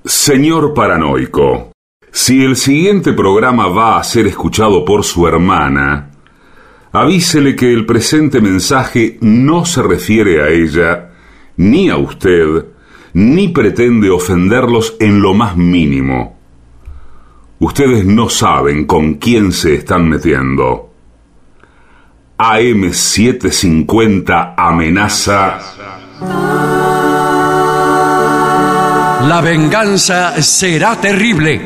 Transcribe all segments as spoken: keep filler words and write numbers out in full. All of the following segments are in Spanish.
Señor paranoico, si el siguiente programa va a ser escuchado por su hermana, avísele que el presente mensaje no se refiere a ella, ni a usted, ni pretende ofenderlos en lo más mínimo. Ustedes no saben con quién se están metiendo. A M setecientos cincuenta amenaza. La venganza será terrible.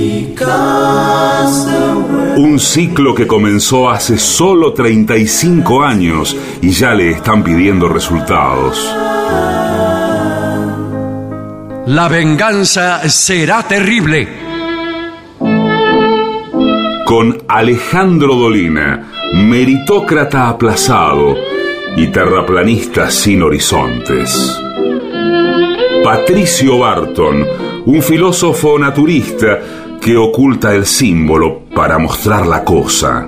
Un ciclo que comenzó hace solo treinta y cinco años y ya le están pidiendo resultados. La venganza será terrible. Con Alejandro Dolina, meritócrata aplazado y terraplanista sin horizontes. Patricio Barton, un filósofo naturista que oculta el símbolo para mostrar la cosa.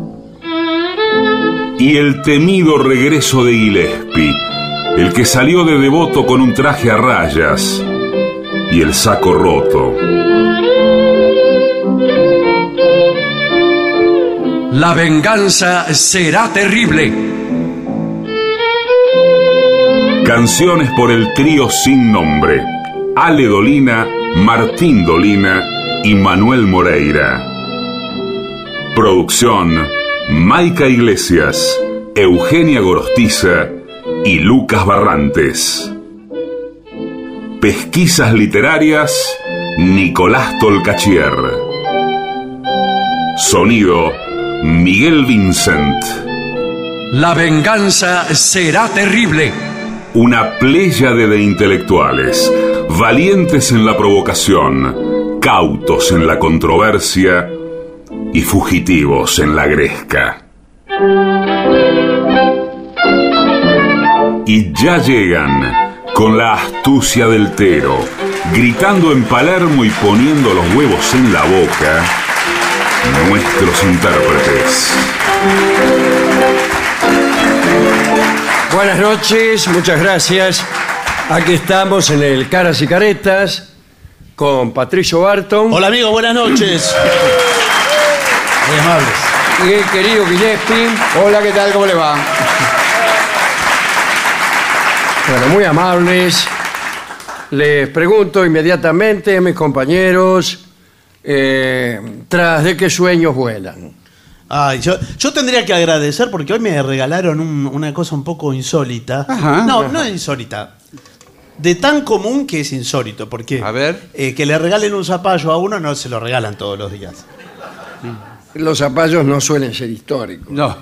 Y el temido regreso de Gillespie, el que salió de devoto con un traje a rayas y el saco roto. La venganza será terrible. Canciones por el trío sin nombre: Ale Dolina, Martín Dolina y Manuel Moreira. Producción: Maica Iglesias, Eugenia Gorostiza y Lucas Barrantes. Pesquisas literarias: Nicolás Tolcachier. Sonido: Miguel Vincent. La venganza será terrible. Una pléyade de intelectuales, valientes en la provocación, cautos en la controversia y fugitivos en la gresca. Y ya llegan, con la astucia del Tero, gritando en Palermo y poniendo los huevos en la boca, nuestros intérpretes. Buenas noches, muchas gracias. Aquí estamos en el Caras y Caretas con Patricio Barton. Hola amigos, buenas noches. Muy amables. Y el querido Gillespie. Hola, ¿qué tal? ¿Cómo le va? Bueno, muy amables. Les pregunto inmediatamente a mis compañeros, eh, ¿tras de qué sueños vuelan? Ay, yo, yo tendría que agradecer porque hoy me regalaron un- una cosa un poco insólita. Ajá. No, no es insólita. De tan común que es insólito. Porque A ver. eh, que le regalen un zapallo a uno no se lo regalan todos los días. Los zapallos no suelen ser históricos. No,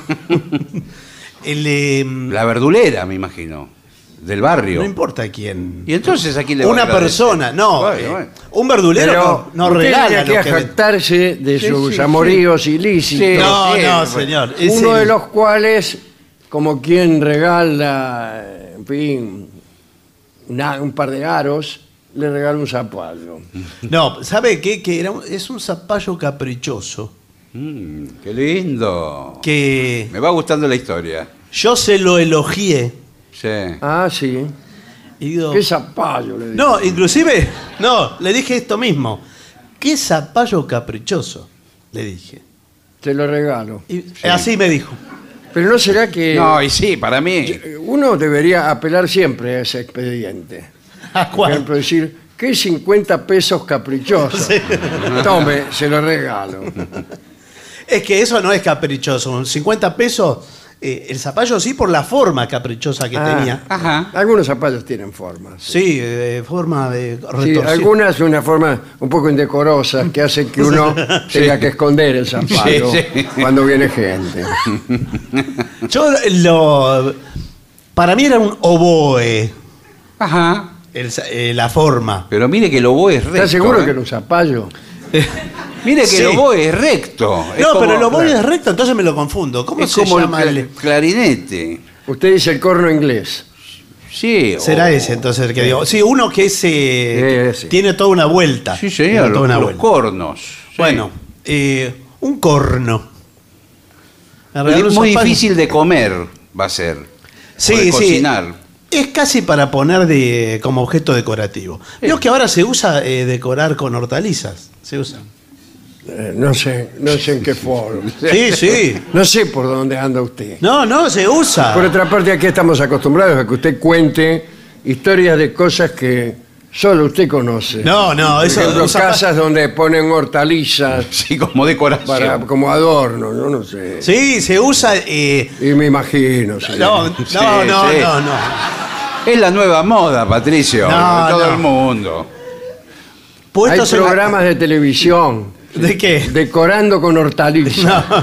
El, eh, la verdulera, me imagino, del barrio. no importa quién. Y entonces aquí le va a Una agradecer. persona, no. Bueno, eh, bueno. Un verdulero Pero no, no usted regala tiene lo que que... jactarse de Sí, sus sí, amoríos ilícitos. Sí. No, Sí, no, pues. señor. Es Uno el- de los cuales, como quien regala, en fin, una- un par de aros, le regala un zapallo. No, ¿sabe qué? Que era un- es un zapallo caprichoso Mm, qué lindo. que Me va gustando la historia. yo se lo elogié Sí. Ah, sí. y digo... ¿Qué zapallo? Le digo. No, inclusive, no, le dije esto mismo. ¿Qué zapallo caprichoso? Le dije. Te lo regalo. Y así me dijo. Pero ¿no será que No, y sí, para mí. uno debería apelar siempre a ese expediente? ¿A Por cuál? ejemplo, decir, ¿qué cincuenta pesos caprichosos? Tome, se lo regalo. Es que eso no es caprichoso. Un cincuenta pesos, eh, el zapallo sí por la forma caprichosa que Ah. tenía. Ajá. Algunos zapallos tienen formas. Sí, de forma de Sí, retorsión. algunas de una forma un poco indecorosa que hace que uno tenga que esconder el zapallo Sí, sí. cuando viene gente. Yo lo... Para mí era un oboe Ajá. el za- eh, la forma. Pero mire que el oboe es recto. ¿Estás seguro ¿eh? que era un zapallo? Mire que Sí. el oboe es recto. Es No, como- pero el oboe es recto, entonces me lo confundo. ¿Cómo Es se como el llama cla- el...? clarinete. Usted dice el corno inglés. Sí. Será o- ese entonces el que digo. Sí, uno que es, eh, Ese. tiene toda una vuelta. Sí, Tiene señor. toda Los, una los vuelta. cornos. Sí. Bueno, eh, un corno. Me regaló Es un muy zapallo. difícil de comer, va a ser. o Sí, de sí. cocinar. Es casi para poner de, como objeto decorativo. Veo que ahora se usa eh, decorar con hortalizas. Se usa. Eh, no sé, no sé en qué foro. Sí, sí. No sé por dónde anda usted. No, no, se usa. Por otra parte, aquí estamos acostumbrados a que usted cuente historias de cosas que solo usted conoce. No, no, Por eso ejemplo, usa- casas donde ponen hortalizas Sí, como decoración. para, como adorno, yo no sé. Sí, se usa. eh, Y me imagino. sí. No, no, Sí, no, sí. no, no. Es la nueva moda, Patricio. No, de todo no. el mundo. Hay Puestos en la- programas de televisión ¿De qué? decorando con hortalizas. No.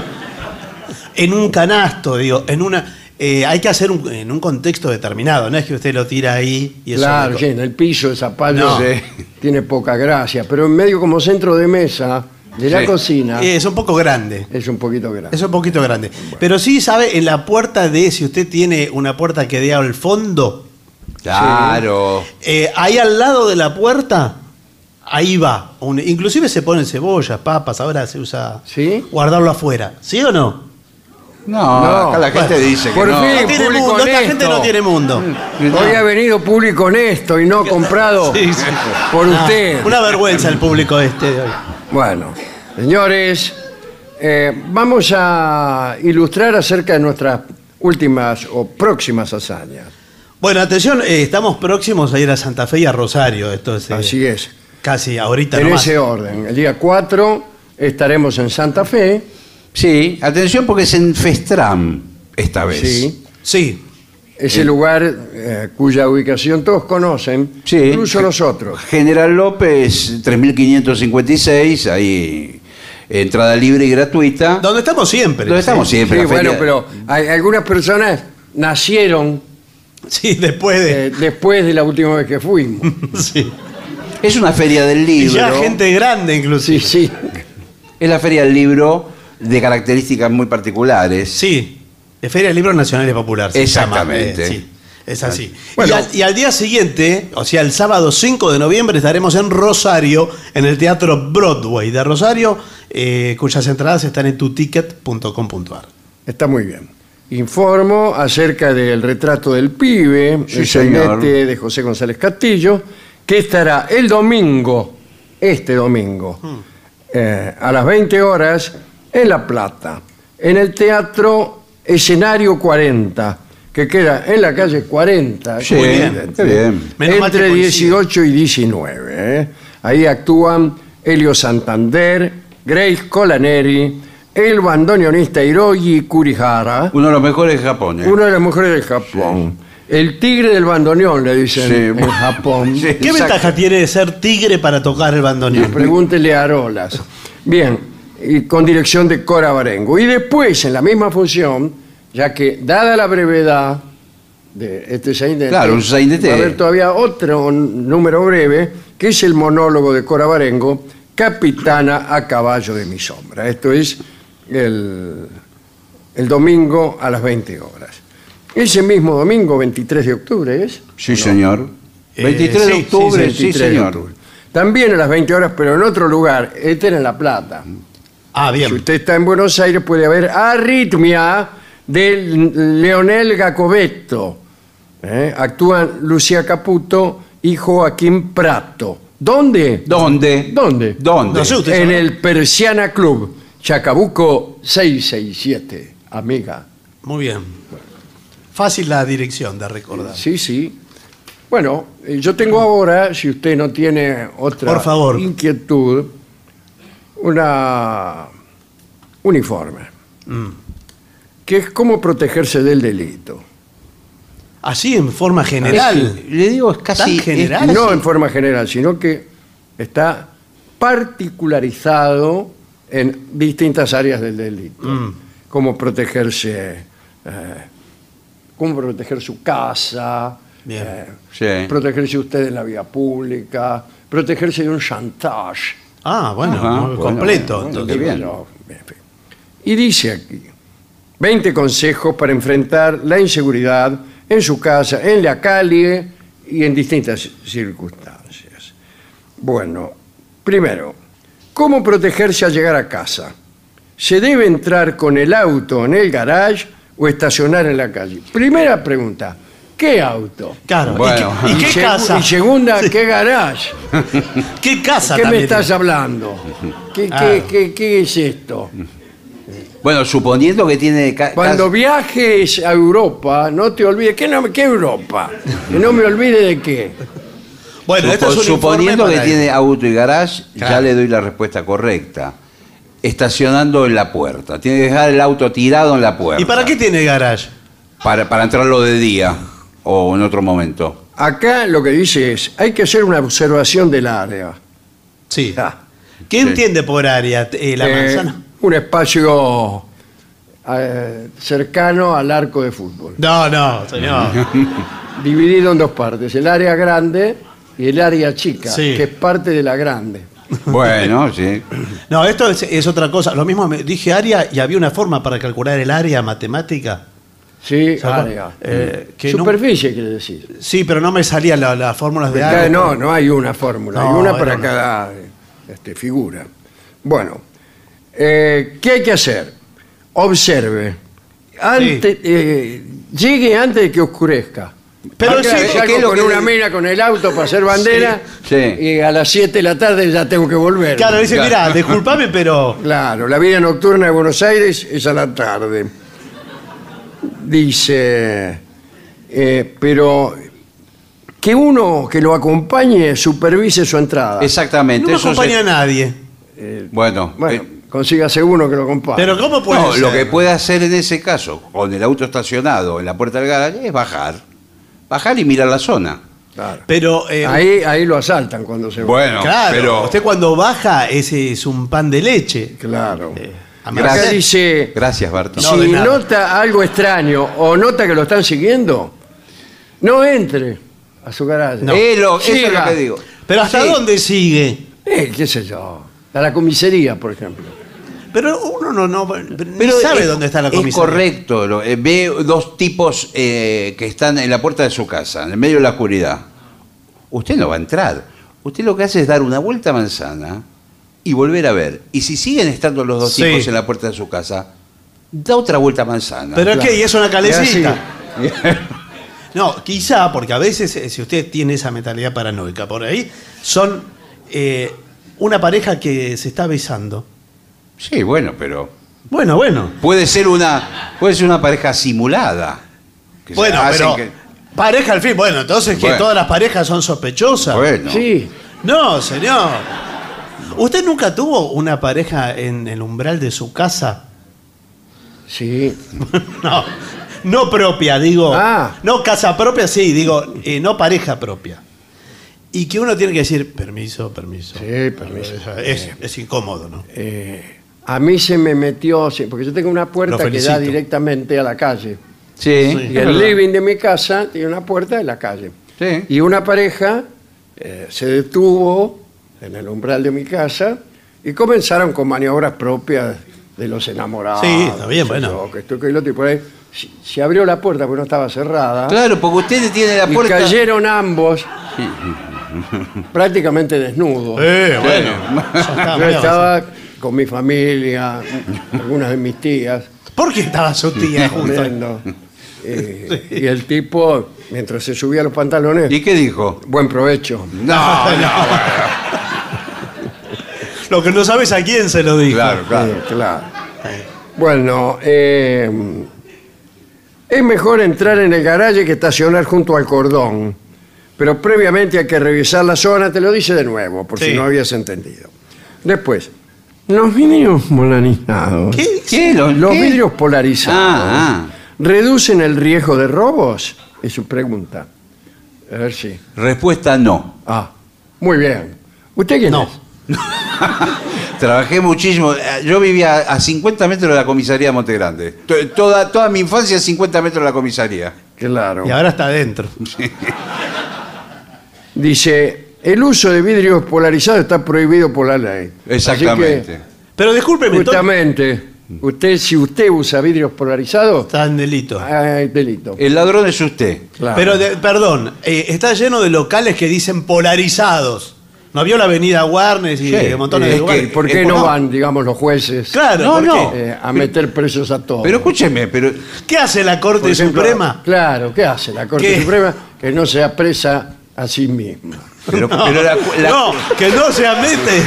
En un canasto, digo, en una. eh, hay que hacer un- en un contexto determinado, no es que usted lo tira ahí y eso. Claro, deco- sí, en el piso de zapallo No. sí, tiene poca gracia, pero en medio como centro de mesa de la Sí. cocina Eh, es un poco grande. es un poquito grande. Es un poquito grande. Pero sí, sabe, en la puerta de, si usted tiene una puerta que dé al fondo, Claro. eh, ahí al lado de la puerta, ahí va. Un- inclusive se ponen cebollas, papas, ahora se usa ¿Sí? guardarlo afuera. ¿Sí o no? No, No, acá la gente bueno, dice que por no. fin. No tiene público mundo, esta honesto. gente no tiene mundo. Hoy ha venido público honesto y no comprado Sí, sí. por Ah, usted. Una vergüenza el público este de hoy. Bueno, señores, eh, vamos a ilustrar acerca de nuestras últimas o próximas hazañas. Bueno, atención, eh, estamos próximos a ir a Santa Fe y a Rosario. Esto es, eh, Así es. Casi ahorita En nomás. ese orden. El día cuatro estaremos en Santa Fe. Sí, atención porque es en Festram esta vez. Sí. Sí. Ese Eh. lugar eh, cuya ubicación todos conocen, Sí. incluso nosotros. General López, tres mil quinientos cincuenta y seis, ahí entrada libre y gratuita. Donde estamos siempre. Donde estamos Sí. siempre. Sí, la bueno, feria- pero hay, algunas personas nacieron Sí, después de. eh, después de la última vez que fuimos. sí. Es una feria del Y libro. ya gente grande, inclusive. Sí, sí. Es la feria del libro de características muy particulares. Sí, de Feria de Libros Nacionales Popular. se Exactamente. llama, eh, sí, es así. Bueno. y, al, y al día siguiente, o sea, el sábado cinco de noviembre, estaremos en Rosario, en el Teatro Broadway de Rosario, eh, cuyas entradas están en tuticket punto com punto ar. Está muy bien. Informo acerca del retrato del pibe, Sí, el señor. sainete de José González Castillo, que estará el domingo, este domingo, Hmm. eh, a las veinte horas en La Plata, en el Teatro Escenario cuarenta, que queda en la calle cuarenta, Sí, Muy bien. está bien. Menos mal que entre coincide. dieciocho y diecinueve. ¿eh? Ahí actúan Helio Santander, Grace Colaneri, el bandoneonista Hiroji Kurihara, Uno de los mejores de Japón. ¿eh? una de las mujeres del Japón. El tigre del bandoneón, le dicen Sí, en bueno, Japón. sí. ¿Qué Exacto. ventaja tiene de ser tigre para tocar el bandoneón? Pregúntele a Arolas. Bien, y con dirección de Cora Barengo. Y después, en la misma función, ya que dada la brevedad de este sainete, Claro, un sainete. va a haber todavía otro número breve, que es el monólogo de Cora Barengo, Capitana a caballo de mi sombra. Esto es el, el domingo a las veinte horas. Ese mismo domingo, veintitrés de octubre, ¿es? Sí, señor. Eh, veintitrés de sí, octubre, sí, sí, veintitrés de señor. octubre. También a las veinte horas, pero en otro lugar. Este era en La Plata. Ah, bien. Si usted está en Buenos Aires, puede haber Arritmia de Leonel Gacovetto. ¿Eh? Actúan Lucía Caputo y Joaquín Prato. ¿Dónde? ¿Dónde? ¿Dónde? ¿Dónde? No sé, usted En sabe. el Persiana Club, Chacabuco seiscientos sesenta y siete, amiga. Muy bien. Fácil la dirección de recordar. Sí, sí. Bueno, eh, yo tengo ahora, si usted no tiene otra Por favor. inquietud, una uniforme, Mm. que es cómo protegerse del delito. Así en forma general. Es- le digo, es casi. ¿Tan general? es- No sí. en forma general, sino que está particularizado en distintas áreas del delito. Mm. Cómo protegerse, eh, cómo proteger su casa, Bien. eh, Sí. protegerse usted en la vía pública, protegerse de un chantage. Ah, bueno, Ajá, muy bueno, completo. bueno, entonces. qué bien. No, en fin. Y dice aquí, veinte consejos para enfrentar la inseguridad en su casa, en la calle y en distintas circunstancias. Bueno, primero, ¿cómo protegerse al llegar a casa? ¿Se debe entrar con el auto en el garage o estacionar en la calle? Primera pregunta, ¿qué ¿qué auto? Claro. Bueno. ¿Y qué, y qué segu- casa? Y segunda, ¿qué garage? ¿Qué casa ¿Qué me también? estás hablando? ¿Qué, Ah. qué, qué- qué es esto? Bueno, suponiendo que tiene... ca- Cuando casa- viajes a Europa, no te olvides. ¿Qué, no, qué Europa? Que no me olvide de qué. Bueno, Supo- esto es un suponiendo informe que para tiene él. auto y garage, ya Claro. le doy la respuesta correcta. Estacionando en la puerta. Tiene que dejar el auto tirado en la puerta. ¿Y para qué tiene garage? Para, para entrarlo de día o en otro momento. Acá lo que dice es, hay que hacer una observación del área. Sí. Ah, ¿Qué Sí. entiende por área? Eh, ¿La eh, manzana? un espacio eh, cercano al arco de fútbol. No, no, señor. Dividido en dos partes, el área grande y el área chica, Sí. que es parte de la grande. Bueno, sí. No, esto es, es otra cosa. Lo mismo me dije área y había una forma para calcular el área matemática. Sí, ¿Se acuerdan? área. Eh, que no- Superficie quiere decir. sí, pero no me salían la- las fórmulas de Acá área. no, no hay una fórmula, hay No, una era para una- cada este, figura. Bueno, eh, ¿qué hay que hacer? Observe. Antes, eh, llegue antes de que oscurezca. Pero Acá sí, salgo ¿qué es lo con que una le- mina con el auto para hacer bandera Sí. Sí. y a las siete de la tarde ya tengo que volver. Claro, dice, Claro. mira, disculpame, pero... Claro, la vida nocturna de Buenos Aires es a la tarde. Dice, eh, pero que uno que lo acompañe supervise su entrada. Exactamente. No me eso se- acompaña a nadie. Bueno, Bueno, eh, consígase uno que lo acompañe. Pero ¿cómo puede no, ser? lo que puede hacer en ese caso, con el auto estacionado en la puerta del garaje, es bajar. Bajar y mirar la zona. Claro. Pero... eh, Ahí, ahí lo asaltan cuando se va. Bueno, claro, pero... usted cuando baja, ese es un pan de leche. Claro. Eh, Acá Gracias. dice, Gracias, Barto. No, de si nada. nota algo extraño o nota que lo están siguiendo, no entre a su garaje. No. Eh, lo- eso es lo Siga. que digo. Pero ¿hasta Sí. dónde sigue? Eh, qué sé yo. A la comisaría, por ejemplo. Pero uno no, no ni Pero sabe es- dónde está la Es comisaría. correcto. lo- eh, ve dos tipos eh, que están en la puerta de su casa, en el medio de la oscuridad. Usted no va a entrar. Usted lo que hace es dar una vuelta a manzana y volver a ver. Y si siguen estando los dos Sí. tipos en la puerta de su casa, da otra vuelta a manzana. Pero es que, ¿y es una Y calecita? No, quizá, porque a veces, eh, si usted tiene esa mentalidad paranoica por ahí, son eh, una pareja que se está besando. Sí, bueno, pero Bueno, bueno. puede ser una, puede ser una pareja simulada. Que se Bueno, hacen pero que- pareja al fin. Bueno, entonces que Bueno. todas las parejas son sospechosas. bueno. Sí. No, señor. ¿Usted nunca tuvo una pareja en el umbral de su casa? Sí. No, no propia, digo. Ah. No casa propia, sí, digo, eh, no pareja propia. Y que uno tiene que decir, permiso, permiso. Sí, permiso. Es, es incómodo, ¿no? Eh, a mí se me metió, sí, porque yo tengo una puerta Lo que felicito. da directamente a la calle. Sí, Sí. Y el living de mi casa tiene una puerta de la calle. Sí. Y una pareja eh, se detuvo en el umbral de mi casa y comenzaron con maniobras propias de los enamorados. Sí, está bien, qué sé bueno. yo, que esto, que lo otro, y por ahí se, se abrió la puerta porque no estaba cerrada. Claro, porque usted tiene la Y puerta. cayeron ambos prácticamente desnudos. Eh, bueno. Ya está, Yo muy estaba con mi familia, algunas de mis tías, ¿Por qué estaba su tía junto? comiendo. Eh, Y el tipo, mientras se subía los pantalones, ¿Y qué dijo? buen provecho. No, no, Lo que no sabes a quién se lo dijo. claro, claro. Eh, claro. Bueno, eh, es mejor entrar en el garaje que estacionar junto al cordón. Pero previamente hay que revisar la zona, te lo dice de nuevo, por Sí. si no habías entendido. Después, los vidrios polarizados. ¿Qué? ¿Qué? ¿Lo- Los qué? vidrios polarizados Ah, ah. reducen el riesgo de robos, es su pregunta. A ver si. Respuesta no. Ah, muy bien. ¿Usted quién No. es? Trabajé muchísimo. Yo vivía a cincuenta metros de la comisaría de Montegrande. To- Toda, toda mi infancia a cincuenta metros de la comisaría. Claro. Y ahora está adentro. Dice, el uso de vidrios polarizados está prohibido por la ley. Exactamente. Pero Así discúlpeme, que, entonces- justamente, usted, si usted usa vidrios polarizados, está en delito. hay delito. El ladrón es usted. Claro. Pero, de- perdón, eh, está lleno de locales que dicen polarizados. ¿No vio la avenida Warnes y Sí, montones es de lugares? que- ¿Por qué Eh, no no. van, digamos, los jueces Claro, No, ¿por no. qué? eh, a meter presos a todos? Pero escúcheme, pero ¿Qué hace la Corte Por ejemplo, Suprema? Claro, ¿qué hace la Corte ¿Qué? Suprema? Que no se apresa a sí misma. pero, pero la, la- No, que no se admite.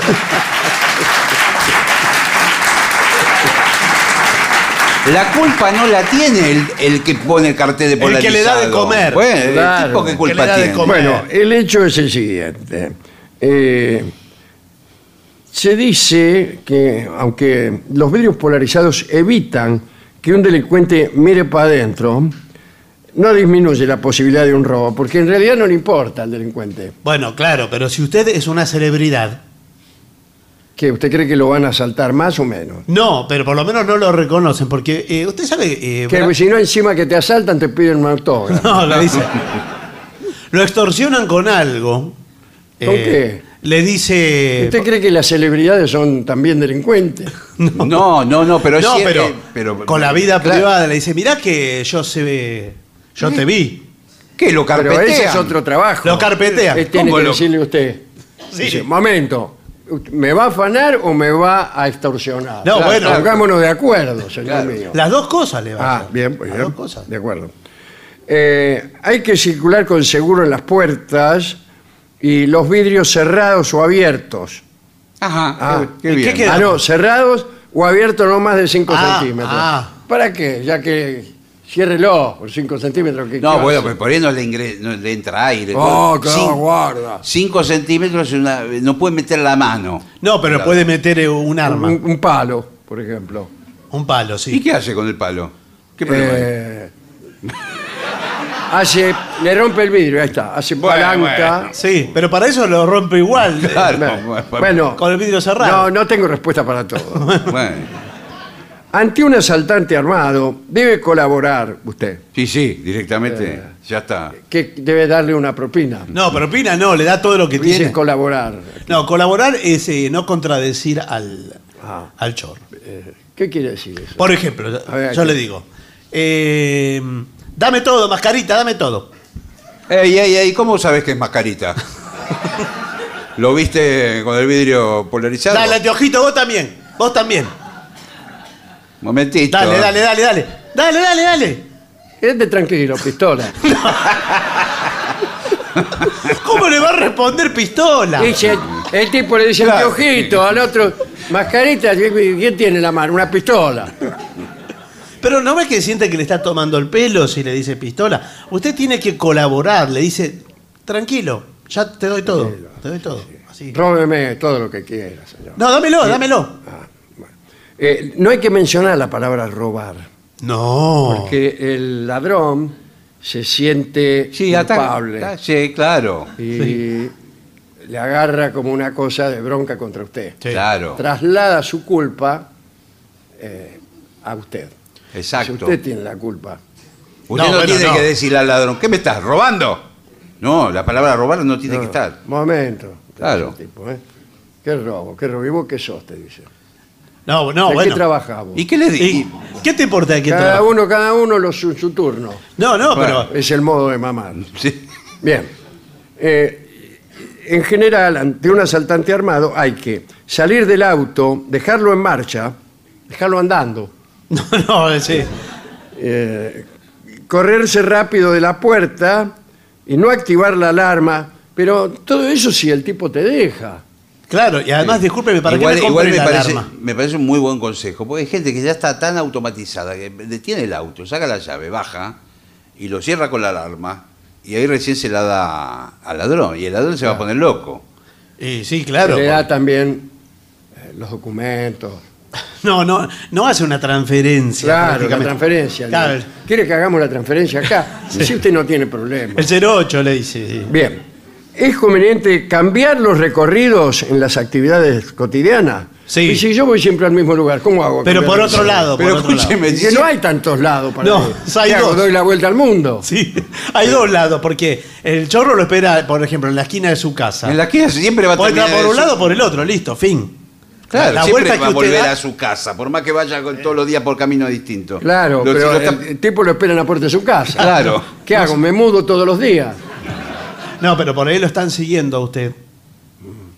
la culpa no la tiene el, el que pone el cartel de El que polarizado. le da de comer. Bueno, Claro, el tipo que el que culpa le da de tiene. comer. Bueno, el hecho es el siguiente. Eh, se dice que, aunque los vidrios polarizados evitan que un delincuente mire para adentro, no disminuye la posibilidad de un robo, porque en realidad no le importa al delincuente. Bueno, claro, pero si usted es una celebridad, ¿Qué, ¿Usted cree que lo van a asaltar más o menos? no, pero por lo menos no lo reconocen, porque eh, usted sabe... eh, Que Bra- si no encima que te asaltan te piden un autógrafo. No, le dice. Lo extorsionan con algo. ¿Con qué? Le dice. ¿Usted cree que las celebridades son también delincuentes? No, no, no, pero No, sí, pero, eh, pero- con la vida claro. privada le dice, mirá que yo se yo te vi. ¿Qué? Lo Pero carpetean. ese es otro trabajo. Lo carpetean. Eh, Tiene ¿Cómo que lo- decirle usted. Sí. Dice, momento, ¿me va a afanar o me va a extorsionar? No, bueno. Pongámonos de acuerdo, señor Claro. mío. Las dos cosas le va a Ah, hacer. bien, pues Las bien. dos cosas. De acuerdo. Eh, hay que circular con seguro en las puertas y los vidrios cerrados o abiertos. Ajá, Ah, qué, qué ¿y qué bien. queda? Ah, no, cerrados o abiertos no más de cinco Ah, centímetros. ah. ¿Para qué? Ya que ciérrelo por cinco centímetros. ¿qué- No, qué bueno, hace? pero por ahí no le, ingre- no le entra aire. Oh, que Cin- no, guarda. Cinco centímetros, es una- no puede meter la mano. No, pero puede meter eh, un arma. Un, un palo, por ejemplo. Un palo, ¿Y sí. qué hace con el palo? ¿Qué problema hay? Eh, hace, le rompe el vidrio, ahí está. Hace Bueno, palanca. bueno. Sí, pero para eso lo rompe igual. Claro, Bueno, bueno, bueno, Con el vidrio cerrado. no, no tengo respuesta para todo. bueno. Ante un asaltante armado, debe colaborar usted, Sí, sí, directamente, Eh. ya está. que debe darle una propina. No, propina no, le da todo lo que Dice tiene. colaborar. No, colaborar es eh, no contradecir al, Ah. al chorro. ¿Qué quiere decir eso? Por ejemplo, A ver, yo aquí. le digo, eh, dame todo, mascarita, dame todo. Ey, ey, ey, ¿cómo sabes que es mascarita? ¿Lo viste con el vidrio polarizado? Dale, anteojito, vos también, vos también. Momentito. Dale, dale, dale, dale. Dale, dale, dale. Quédate tranquilo, pistola. ¿Cómo le va a responder pistola? Dice, el tipo le dice Claro. anteojito, al otro mascarita. ¿Quién tiene en la mano? Una pistola. Pero ¿no ves que siente que le está tomando el pelo si le dice pistola? Usted tiene que colaborar, le dice, tranquilo, ya te doy todo, te doy todo. Así. Róbeme todo lo que quiera, señor. No, dámelo, dámelo. Eh, no hay que mencionar la palabra robar, No. porque el ladrón se siente Sí, ataca. culpable Ah, Sí, claro. y le agarra como una cosa de bronca contra usted. Sí. Claro. Traslada su culpa eh, a usted. Exacto. Si usted tiene la culpa. Usted No, no, bueno, tiene no. que decirle al ladrón, ¿qué me estás robando? No, la palabra robar no tiene No, que estar. Momento. Claro. Ese tipo, ¿eh? ¿Qué robo? ¿Qué robo? ¿Y vos qué sos? Te dice. No, no, ¿De bueno. qué trabajás vos? ¿Y qué le ¿Y di? ¿Qué te importa de qué Cada trabaja? uno, cada uno lo, su, su turno. No, no, Bueno. pero. Es el modo de mamar. Sí. Bien. Eh, en general, ante un asaltante armado hay que salir del auto, dejarlo en marcha, dejarlo andando, No, no, sí. eh, correrse rápido de la puerta y no activar la alarma. Pero todo eso si el tipo te deja. Claro, y además, discúlpeme, ¿para igual qué me igual compré me, la parece, alarma? me parece un muy buen consejo, porque hay gente que ya está tan automatizada que detiene el auto, saca la llave, baja y lo cierra con la alarma y ahí recién se la da al ladrón y el ladrón se va a poner loco. Y sí, claro. le da también eh, los documentos. No, no, no hace una transferencia. Claro, la prácticamente. transferencia. Claro, ¿Quiere que hagamos la transferencia acá? Si usted no tiene problema. el cero ocho le dice. Sí. Bien. ¿Es conveniente cambiar los recorridos en las actividades cotidianas? Sí. Y si yo voy siempre al mismo lugar, ¿cómo hago? Pero Cambiar por de otro recorrido? lado, por Pero otro lado. escúcheme, Y que no hay tantos lados para No, ir. hay ¿Qué hago? dos. ¿Doy la vuelta al mundo? Sí, hay dos lados, porque el chorro lo espera, por ejemplo, en la esquina de su casa. En la esquina siempre va a Puede entrar terminar por un en su- lado o por el otro, listo, fin. Claro, la siempre vuelta va a que usted volver da- a su casa, por más que vaya con- todos los días por caminos distintos. Claro, Lo- pero si lo está- el, el tipo lo espera en la puerta de su casa. Claro. ¿Qué hago? ¿Me mudo todos los días? No, pero por ahí lo están siguiendo a usted.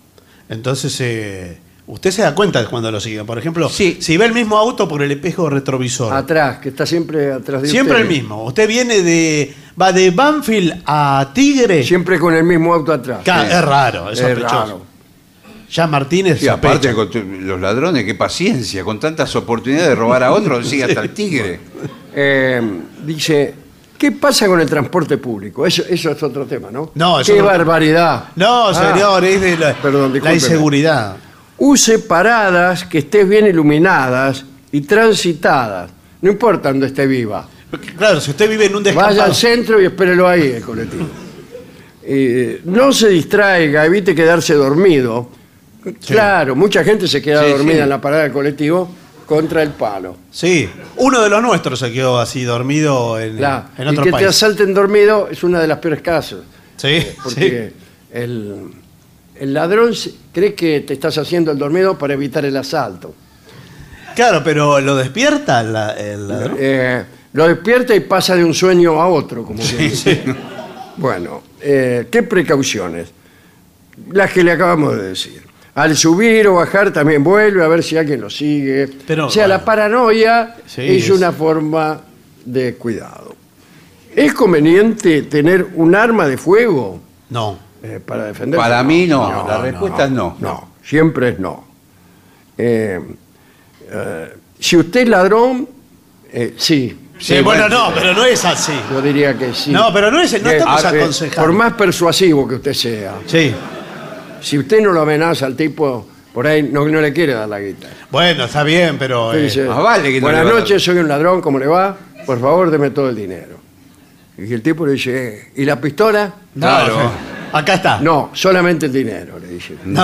Entonces, eh, usted se da cuenta cuando lo sigue. Por ejemplo, Sí. si ve el mismo auto por el espejo retrovisor. Atrás, que está siempre atrás de Siempre usted. el mismo. Usted viene de. Va de Banfield a Tigre. Siempre con el mismo auto atrás. Ca- Es raro, es Es sospechoso. raro. Ya Martínez Y aparte sospecha. con tu- los ladrones, qué paciencia, con tantas oportunidades de robar a otros, sigue hasta el tigre. Eh, dice, ¿qué pasa con el transporte público? Eso, eso es otro tema, ¿no? No, eso ¡Qué no- barbaridad! No, Ah, señor, es de la, Perdón, la discúlpeme. inseguridad. Use paradas que estén bien iluminadas y transitadas. No importa dónde esté viva. Claro, si usted vive en un Vaya descampado. al centro y espérelo ahí, el colectivo. Eh, no se distraiga, evite quedarse dormido. Claro, mucha gente se queda Sí, dormida sí. en la parada del colectivo contra el palo. Sí, uno de los nuestros se quedó así dormido en, Claro, en y otro que país. te asalten dormido es una de las peores casos. Sí, Porque el, el ladrón se- cree que te estás haciendo el dormido para evitar el asalto. sí. Claro, pero lo despierta la- el ladrón. Eh, lo despierta y pasa de un sueño a otro, como quien dice. Bueno, eh, ¿qué precauciones? Las que le acabamos de decir. Al subir o bajar también vuelve a ver si alguien lo sigue. Pero, o sea, bueno. la paranoia Sí, es, es- una forma de cuidado. ¿Es conveniente tener un arma de fuego No. eh, para defenderse? Para mí no, la respuesta es no. No, siempre es no. Eh, eh, si usted es ladrón, eh, sí. Sí, Sí, bueno, bueno, no, pero no es así. Yo diría que sí. No, pero no es- no Eh, estamos ah, eh, aconsejando. Por más persuasivo que usted sea. Sí. Si usted no lo amenaza al tipo, por ahí no, no le quiere dar la guita. Bueno, está bien, pero. Usted eh, dice, más vale que no buenas le va a dar". noches, soy un ladrón, ¿cómo le va? Por favor, deme todo el dinero. Y el tipo le dice, eh, ¿y la pistola? no, Claro. sí. Acá está. No, solamente el dinero, le dice. No.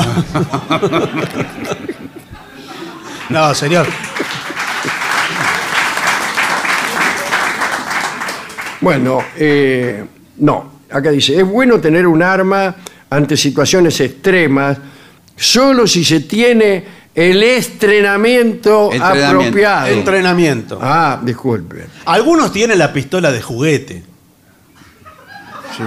No, señor. Bueno, eh, no. Acá dice, es bueno tener un arma ante situaciones extremas solo si se tiene el estrenamiento, Entrenamiento. apropiado. Entrenamiento. Ah, disculpe. Algunos tienen la pistola de juguete. Sí.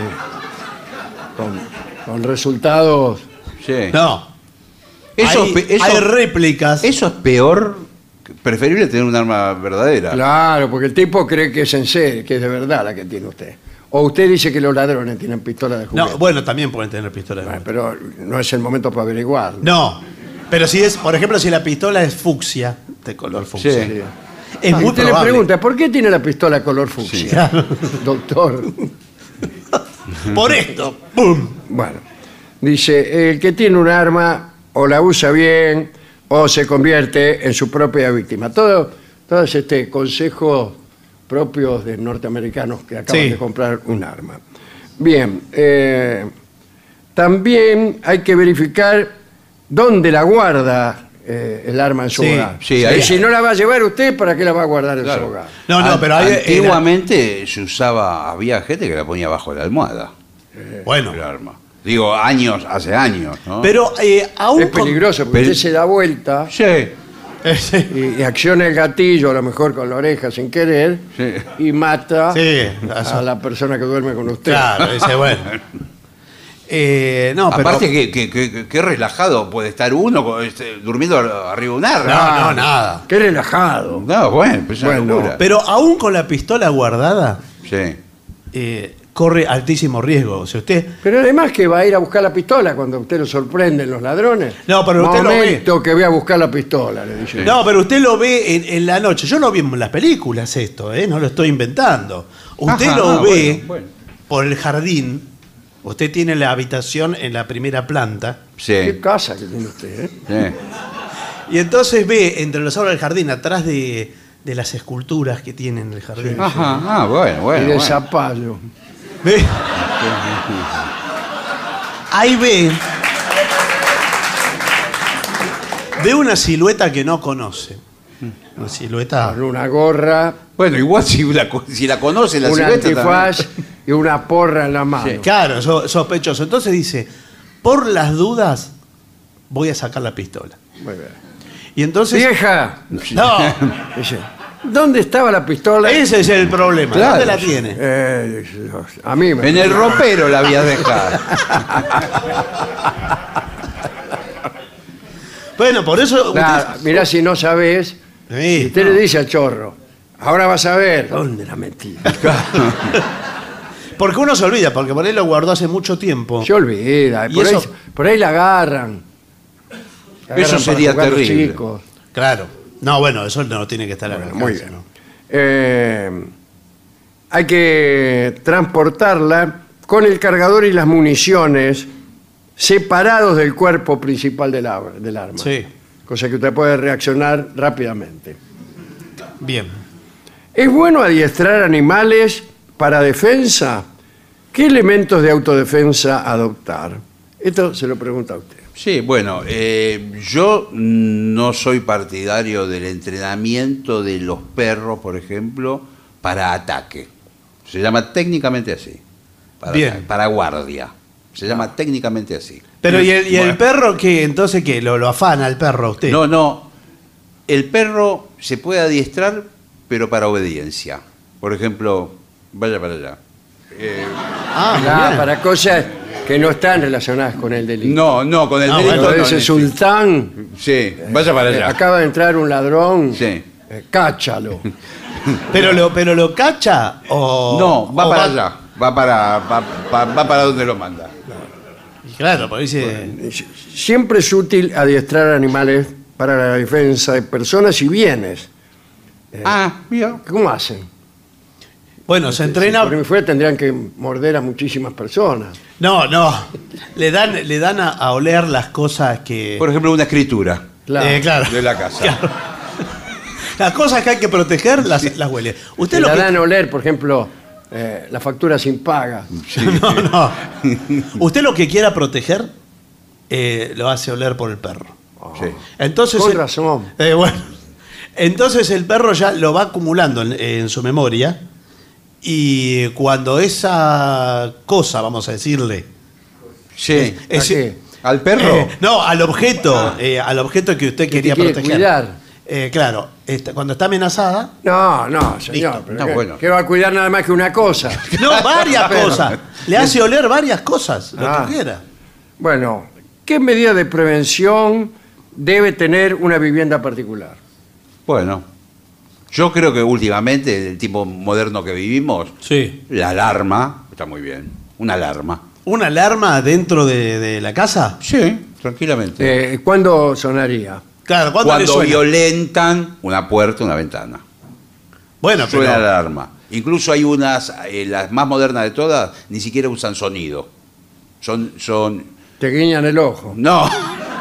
Con, con resultados... Sí. No. Eso, hay, es pe- eso- hay réplicas. eso es peor, preferible tener un arma verdadera. Claro, porque el tipo cree que es en serio, que es de verdad la que tiene usted. O usted dice que los ladrones tienen pistola de juguete. No, bueno, también pueden tener pistola de Bueno, juguete. pero no es el momento para averiguarlo. No. Pero si es, por ejemplo, si la pistola es fucsia, de color fucsia. Sí. Sí. Es Ah, muy usted le probable. pregunta, ¿por qué tiene la pistola color fucsia? Doctor. Por esto. ¡Pum! Bueno, dice, el que tiene un arma o la usa bien o se convierte en su propia víctima. Todo, todos este consejos propios de norteamericanos que acaban Sí. de comprar un arma. Bien, eh, también hay que verificar dónde la guarda eh, el arma en su Sí, hogar. sí, y ahí- si no la va a llevar usted, ¿para qué la va a guardar en Claro. su hogar? No, no, An- pero hay. Antiguamente se usaba, había gente que la ponía bajo la almohada, era- bueno. el arma. Digo, años, hace años, ¿no? Pero eh, aún. Es con- peligroso porque Pel- usted se da vuelta Sí, Eh, sí. y, y acciona el gatillo, a lo mejor con la oreja sin querer, Sí. y mata Sí, a la persona que duerme con usted. Claro, dice, bueno. Eh, no, pero. aparte que, que, que- que relajado puede estar uno con- este, durmiendo arriba de un arma. No, no, nada. Qué relajado. No, bueno, pues es una Bueno, locura. Pero aún con la pistola guardada, Sí. eh, corre altísimo riesgo. O sea, usted. Pero además que va a ir a buscar la pistola cuando usted lo sorprenden los ladrones. No, pero usted lo ve. Momento que voy a buscar la pistola, le dice. No, pero usted lo ve en, en la noche. Yo lo vi en las películas esto, ¿eh? No lo estoy inventando. Usted Ajá, lo ah, ve bueno, bueno. por el jardín. Usted tiene la habitación en la primera planta. Qué Sí. casa que tiene usted, ¿eh? Sí. Y entonces ve entre los árboles del jardín, atrás de, de las esculturas que tiene en el jardín. Ajá, ah, bueno, y bueno. de bueno. zapallo. Ve. Ahí ve. Ve una silueta que no conoce. Una silueta. Con una gorra, Bueno, igual si la, co- si la conoce la un silueta antifaz también. y una porra en la mano. Sí. Claro, so- sospechoso. Entonces dice, por las dudas, voy a sacar la pistola. Muy bien. Y entonces. Vieja, No, dice, ¿dónde estaba la pistola? ese es el problema. Claro. ¿Dónde la tiene? Eh, a mí me... En el ropero la había dejado. Bueno, por eso... Claro, usted- mirá si no sabés, Sí, y usted no. le dice al chorro, ahora vas a ver, ¿dónde la metí? Porque uno se olvida, porque por ahí lo guardó hace mucho tiempo. Se olvida, Y por, eso- ahí, por ahí la agarran. La agarran para sería jugar los terrible. chicos. Claro. No, bueno, eso no tiene que estar Bueno, al muy alcance, bien. ¿no? Eh, hay que transportarla con el cargador y las municiones separados del cuerpo principal del, ar- del arma. Sí. Cosa que usted puede reaccionar rápidamente. Bien. ¿Es bueno adiestrar animales para defensa? ¿Qué elementos de autodefensa adoptar? Esto se lo pregunta a usted. Sí, bueno, eh, yo no soy partidario del entrenamiento de los perros, por ejemplo, para ataque. Se llama técnicamente así. Para, Bien. para guardia. Se llama técnicamente así. Pero ¿y el, y el Bueno, perro qué? Entonces, ¿qué? ¿Lo, lo afana el perro a usted? No, no. El perro se puede adiestrar, pero para obediencia. Por ejemplo, vaya para allá. Eh, Ah, muy Ah, bien. para cosas que no están relacionadas con el delito. no, no, con el Ah, delito Cuando no, ese no, sultán, Sí, vaya para eh, allá. acaba de entrar un ladrón, Sí. eh, cáchalo. ¿Pero lo, pero lo cacha o...? No, va o para allá. Va para, va, va- va para donde lo manda. Claro, porque dice... Siempre es útil adiestrar animales para la defensa de personas y bienes. Ah, mira. ¿Cómo hacen? Bueno, se entrena... Si por mí fuera tendrían que morder a muchísimas personas. No, no. Le dan, le dan a, a oler las cosas que... Por ejemplo, una escritura Claro. Eh, claro. de la casa. Claro. Las cosas que hay que proteger las, las huele. Usted Te lo la que... dan a oler, por ejemplo, eh, la factura sin paga. No, no. Usted lo que quiera proteger eh, lo hace oler por el perro. Sí. Entonces, Con el- razón. eh, bueno, entonces el perro ya lo va acumulando en, en su memoria y cuando esa cosa, vamos a decirle, Sí. ¿A qué? ¿Al perro? eh, no, al objeto, eh, al objeto que usted te quería quiere proteger. cuidar. Eh, claro, está- cuando está amenazada, No, no, señor. Listo. pero No, ¿qué, bueno. qué va a cuidar nada más que una cosa? no, varias cosas. Le hace oler varias cosas, lo Ah. que quiera. Bueno, ¿qué medida de prevención debe tener una vivienda particular? Bueno, yo creo que últimamente, el tipo moderno que vivimos, Sí. la alarma está muy bien. Una alarma. ¿Una alarma dentro de, de la casa? Sí, tranquilamente. Eh, ¿Cuándo sonaría? Claro, ¿cuándo le Cuando suena? violentan una puerta, una ventana. Bueno, pero... Suena la alarma. Incluso hay unas, eh, las más modernas de todas, ni siquiera usan sonido. Son, son, Te guiñan el ojo. no.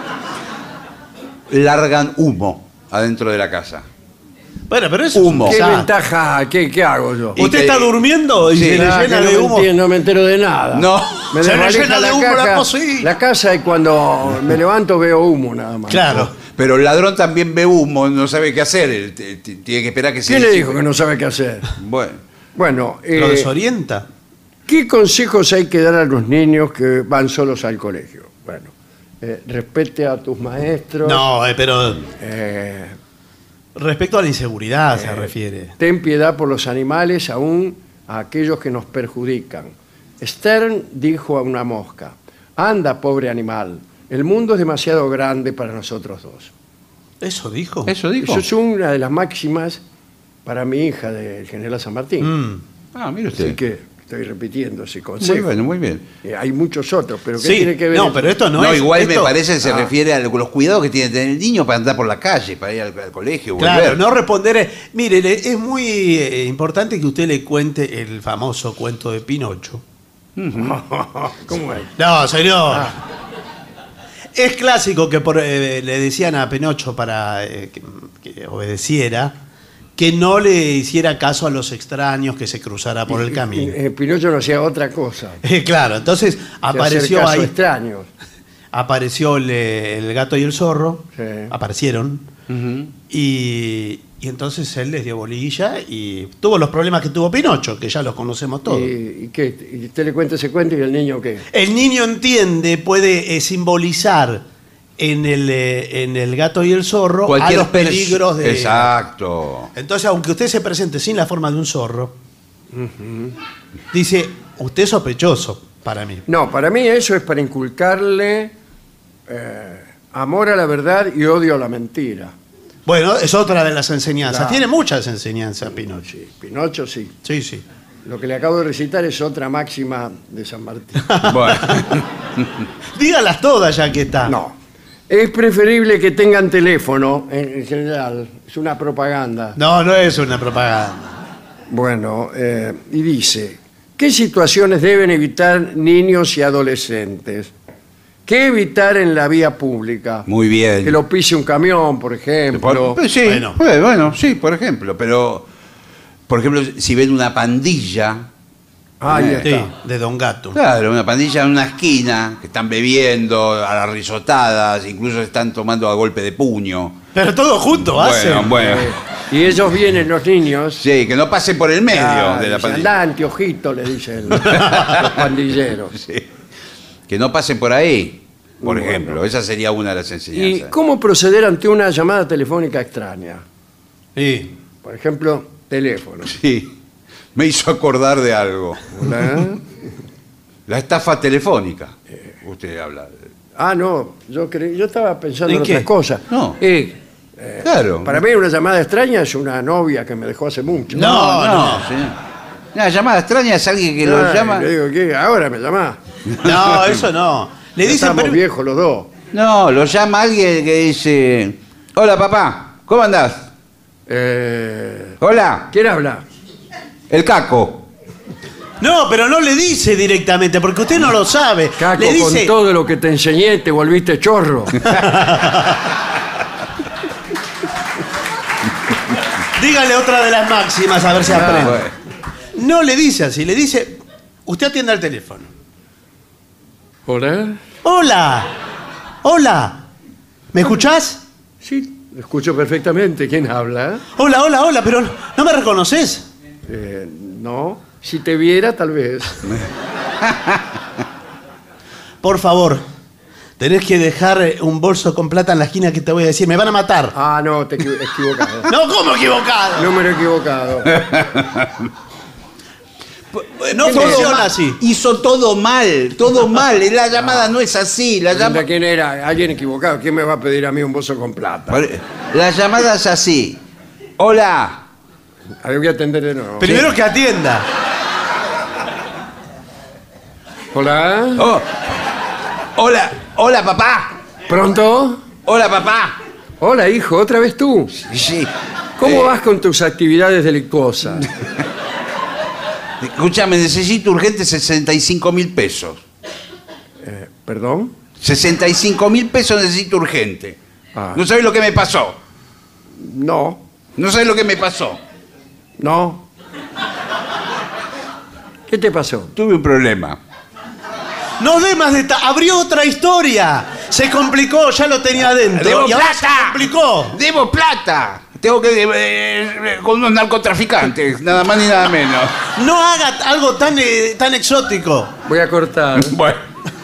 Largan humo adentro de la casa. Bueno, pero eso Humo. es ¿Qué un desastre. ventaja? ¿Qué, qué hago yo? Y Usted que- está durmiendo y Sí. se le Ah, llena que no, de me humo. entiendo, no me entero de nada. No. Me Se le desvalija llena de humo la caja- cocina. la casa y cuando me levanto veo humo nada más. Claro. Pero el ladrón también ve humo, no sabe qué hacer. él t- t- Tiene que esperar que se... ¿Quién le dijo que no sabe qué hacer? Bueno, Bueno, Lo eh, desorienta. ¿qué consejos hay que dar a los niños que van solos al colegio? Bueno, eh, respete a tus maestros. No, eh, pero eh, respecto a la inseguridad se refiere. ten piedad por los animales, aún a aquellos que nos perjudican. Stern dijo a una mosca, anda, pobre animal, el mundo es demasiado grande para nosotros dos. ¿Eso dijo? eso dijo. Eso es una de las máximas para mi hija del general San Martín. Mm. Ah, mire Así usted. que estoy repitiendo ese Muy consejo. bueno, muy bien. Eh, hay muchos otros, pero ¿qué Sí, tiene que ver? no, eso? pero esto no, No, es... igual me esto- parece que se Ah. refiere a los cuidados que tiene que tener el niño para andar por la calle, para ir al, al colegio. Claro, volver. no responder... eh, Mire, le- es muy eh, importante que usted le cuente el famoso cuento de Pinocho. ¿Cómo es? No, señor. Es clásico que por, eh, le decían a Pinocho para eh, que, que obedeciera, que no le hiciera caso a los extraños que se cruzara por el camino. Eh, Pinocho no hacía otra cosa. Eh, claro, entonces que hacer apareció caso a ahí, extraños. apareció el, eh, el gato y el zorro, Sí. aparecieron, Ujú. y, y entonces él les dio bolilla y tuvo los problemas que tuvo Pinocho, que ya los conocemos todos. ¿Y, y qué? ¿Y usted le cuenta ese cuento y el niño qué? El niño entiende, puede eh, simbolizar en el, eh, en el gato y el zorro a los perso- peligros de... Exacto. Entonces, aunque usted se presente sin la forma de un zorro, dice, usted es sospechoso para mí. No, para mí eso es para inculcarle eh, Amor a la verdad y odio a la mentira. Bueno, es otra de las enseñanzas. Claro. Tiene muchas enseñanzas, Pinocho. Sí, Pinocho sí. Sí, sí. Lo que le acabo de recitar es otra máxima de San Martín. Bueno. Dígalas todas ya que está. No. Es preferible que tengan teléfono, en, en general. Es una propaganda. No, no es una propaganda. Bueno, eh, y dice, ¿qué situaciones deben evitar niños y adolescentes? ¿Qué evitar en la vía pública? Muy bien. Que lo pise un camión, por ejemplo. Por- sí, Bueno. bueno. bueno, sí, por ejemplo. Pero, por ejemplo, si ven una pandilla, Ahí Eh, Sí, está. de Don Gato. claro, una pandilla en una esquina, que están bebiendo a las risotadas, incluso están tomando a golpe de puño. Pero todo junto hacen. Bueno, bueno. Eh, y ellos vienen, los niños. Sí, que no pasen por el medio ah, de la dicen, pandilla. andá, anteojito, le dicen los pandilleros. Sí. Que no pasen por ahí, por Bueno. ejemplo. Esa sería una de las ¿Y enseñanzas. cómo proceder ante una llamada telefónica extraña? Sí. Por ejemplo, teléfono. Sí, me hizo acordar de algo. Hola. La estafa telefónica. Usted habla. Ah, no, yo cre- yo estaba pensando en, ¿En qué? otras cosas. No. Eh, Claro. para mí una llamada extraña es una novia que me dejó hace mucho. No, no, no. señor. Una llamada extraña es alguien que Ay, lo llama. le digo, ¿qué? Ahora me llamás. No, eso no. Le Ya dicen, estamos pero- viejos los dos. No, lo llama alguien que dice: hola papá, ¿cómo andás? Eh, Hola, ¿Quién habla? el Caco. No, pero no le dice directamente, porque usted no lo sabe. Caco, le dice, con todo lo que te enseñé te volviste chorro. dígale otra de las máximas a ver si aprende. Bueno. No le dice así, le dice, usted atiende al teléfono. ¿Hola? Hola, hola, ¿me escuchás? Sí, lo escucho perfectamente. ¿Quién habla? Hola, hola, hola, pero ¿no me reconoces? Eh, no, si te viera tal vez. Por favor, tenés que dejar un bolso con plata en la esquina que te voy a decir, me van a matar. Ah, no, te equi- equivocado. No, ¿cómo equivocado? Número equivocado. No Todo funciona mal. así. Hizo todo mal, todo mal. La llamada no es así. La, llama- ¿De quién era? Alguien equivocado. ¿Quién me va a pedir a mí un bolso con plata? la llamada es así. Hola. A ver, voy a atender de nuevo. Primero que atienda. Hola. Oh. Hola, hola papá. ¿Pronto? Hola papá. Hola, hijo, ¿otra vez tú? Sí. ¿Cómo Eh, vas con tus actividades delictuosas? Escúchame, necesito urgente sesenta y cinco mil pesos. Eh, ¿Perdón? sesenta y cinco mil pesos necesito urgente. Ah. ¿No sabes lo que me pasó? No, ¿No sabes lo que me pasó? no. ¿Qué te pasó? Tuve un problema. No dé más detalles. Abrió otra historia. Se complicó, ya lo tenía adentro. ¡Debo y ahora se plata! complicó. ¡Debo plata! Tengo que... eh, eh, con unos narcotraficantes, nada más ni nada menos. No haga algo tan, eh, tan exótico. Voy a cortar. Bueno.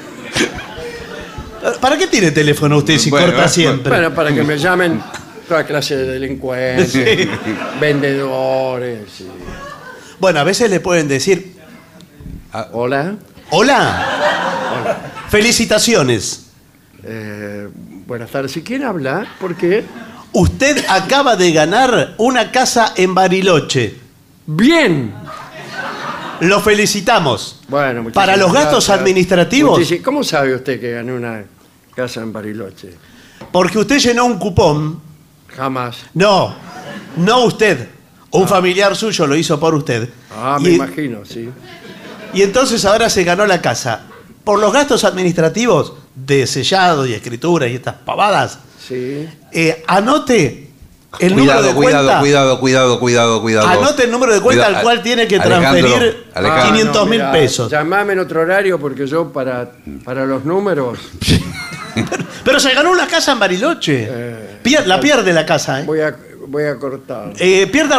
¿Para qué tiene teléfono usted si Bueno, corta bueno. siempre? Bueno, para que me llamen toda clase de delincuentes, Sí. vendedores. sí. Bueno, a veces le pueden decir, Hola. hola. Felicitaciones. Eh, buenas tardes. ¿Y quién habla? ¿Por qué? Usted acaba de ganar una casa en Bariloche. Bien. Lo felicitamos. Bueno, muchísimas Para los gastos gracias. administrativos, Muchísi- ¿Cómo sabe usted que gané una casa en Bariloche? porque usted llenó un cupón. Jamás. No, no usted. Un familiar suyo lo hizo por usted. Ah, me y, imagino, sí. y entonces ahora se ganó la casa. Por los gastos administrativos de sellado y escritura y estas pavadas, Sí. eh, anote el número Cuidado, de cuidado, cuenta. cuidado, cuidado, cuidado, cuidado. Anote el número de cuenta Cuidado. al cual tiene que Alejandro, transferir Alejandro. quinientos mil mirá, pesos. Llamame en otro horario porque yo para, para los números Pero se ganó una casa en Bariloche. Eh, Pier- la pierde la casa, ¿eh? voy a, voy a cortar. Eh, pierda.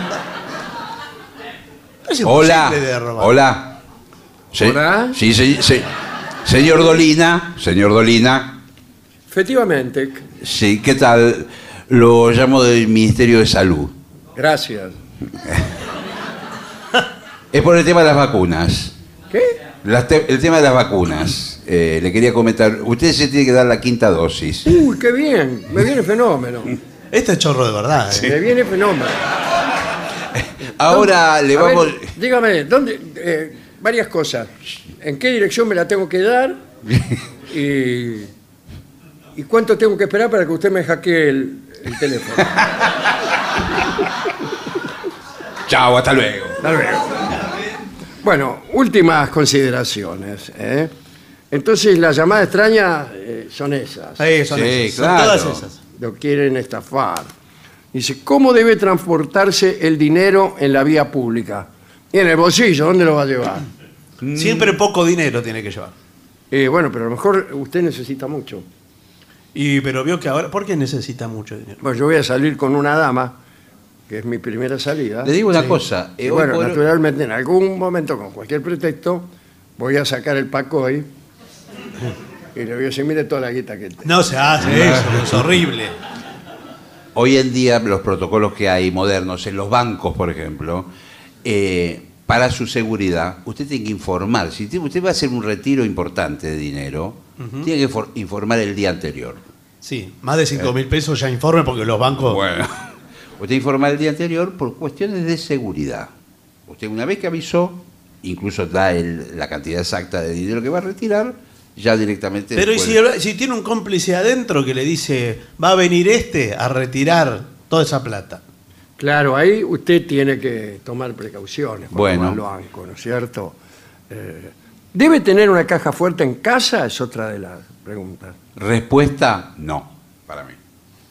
Es Hola, imposible de robar. hola. Sí, Hola. Sí, sí, sí. Señor Dolina, señor Dolina. Efectivamente. Sí, ¿qué tal? Lo llamo del Ministerio de Salud. Gracias. Es por el tema de las vacunas. ¿Qué? Las te- el tema de las vacunas. eh, le quería comentar, usted se tiene que dar la quinta dosis. Uy, qué bien, me viene fenómeno. Este es chorro de verdad. ¿eh? Me viene fenómeno. Ahora ¿Dónde- le a ver, vamos... dígame, ¿dónde? eh, varias cosas. ¿En qué dirección me la tengo que dar? Y, ¿y cuánto tengo que esperar para que usted me hackee el, el teléfono? Chao, hasta luego. Hasta luego. Bueno, últimas consideraciones. ¿eh? Entonces, las llamadas extrañas eh, son esas. Sí, son, Sí, esas, son claro. todas esas. Lo quieren estafar. Dice, ¿cómo debe transportarse el dinero en la vía pública? Y en el bolsillo, ¿dónde lo va a llevar? Siempre poco dinero tiene que llevar. Eh, bueno, pero a lo mejor usted necesita mucho. Y pero vio que ahora, ¿por qué necesita mucho dinero? Bueno, yo voy a salir con una dama, que es mi primera salida. Le digo una Sí. cosa. Y eh, hoy bueno, por- naturalmente, en algún momento, con cualquier pretexto, voy a sacar el Pacoy y le voy a decir, mire toda la guita que tengo. No se hace eso, es horrible. Hoy en día los protocolos que hay modernos en los bancos, por ejemplo, eh, para su seguridad, usted tiene que informar. Si usted va a hacer un retiro importante de dinero, tiene que for- informar el día anterior. Sí, más de cinco mil pesos ya informe porque los bancos... Bueno, usted informa el día anterior por cuestiones de seguridad. Usted una vez que avisó, incluso da el- la cantidad exacta de dinero que va a retirar, ya directamente... Pero ¿y después- si, si tiene un cómplice adentro que le dice, va a venir este a retirar toda esa plata? Claro, ahí usted tiene que tomar precauciones cuando Bueno. va al banco, ¿no es cierto? Eh, ¿Debe tener una caja fuerte en casa? Es otra de las preguntas. Respuesta, no, para mí.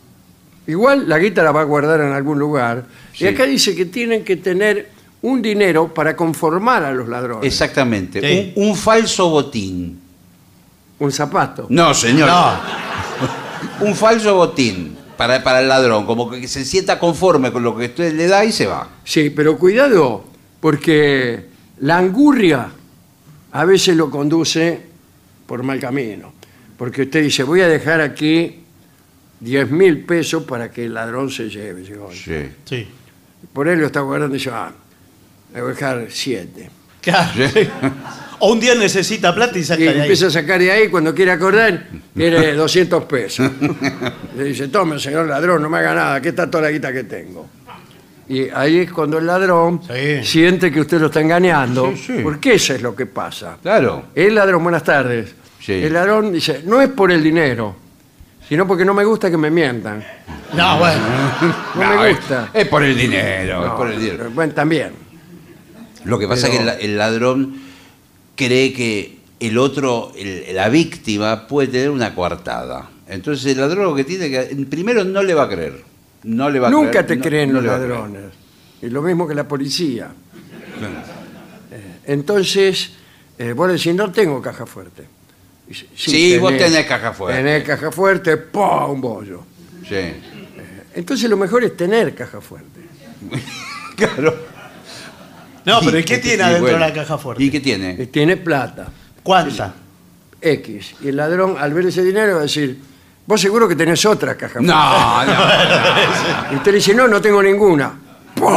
Igual la guita la va a guardar en algún lugar. Sí. Y acá dice que tienen que tener un dinero para conformar a los ladrones. Exactamente, Sí. un, un falso botín. Un zapato. No, señor. No, Un falso botín para, para el ladrón, como que se sienta conforme con lo que usted le da y se va. Sí, pero cuidado, porque la angurria a veces lo conduce por mal camino. Porque usted dice, voy a dejar aquí diez mil pesos para que el ladrón se lleve. Digo, Sí. sí. por él lo está guardando y dice, ah, le voy a dejar siete. Claro. O un día necesita plata y saca Y de ahí. empieza a sacar de ahí, cuando quiere acordar, quiere doscientos pesos. Le dice, tome, señor ladrón, no me haga nada, aquí está toda la guita que tengo. Y ahí es cuando el ladrón Sí. siente que usted lo está engañando, Sí, sí. porque eso es lo que pasa. Claro. El ladrón, buenas tardes. Sí. El ladrón dice, no es por el dinero, sino porque no me gusta que me mientan. No, bueno. No, No, me es- gusta. Es, por el dinero, es No, por el dinero. Bueno, también. Lo que pasa Pero- es que el, la- el ladrón cree que el otro, el- la víctima, puede tener una coartada. Entonces el ladrón lo que tiene que... Primero no le va a creer. No le va a Nunca creer, te no- creen no los le va a creer. ladrones. Y lo mismo que la policía. Eh, Entonces, eh, vos le decís, no tengo caja fuerte. Dice, Sí, vos tenés caja fuerte. Tenés caja fuerte, ¡pum! Un bollo. Sí. Entonces lo mejor es tener caja fuerte. Claro. No, pero ¿y qué Sí, tiene sí, adentro bueno. de la caja fuerte? ¿Y qué tiene? Eh, Tiene plata, ¿Cuánta? X. Y el ladrón, al ver ese dinero, va a decir, vos seguro que tenés otra caja fuerte. No, no. Y usted le dice, no, no tengo ninguna. ¡Pum!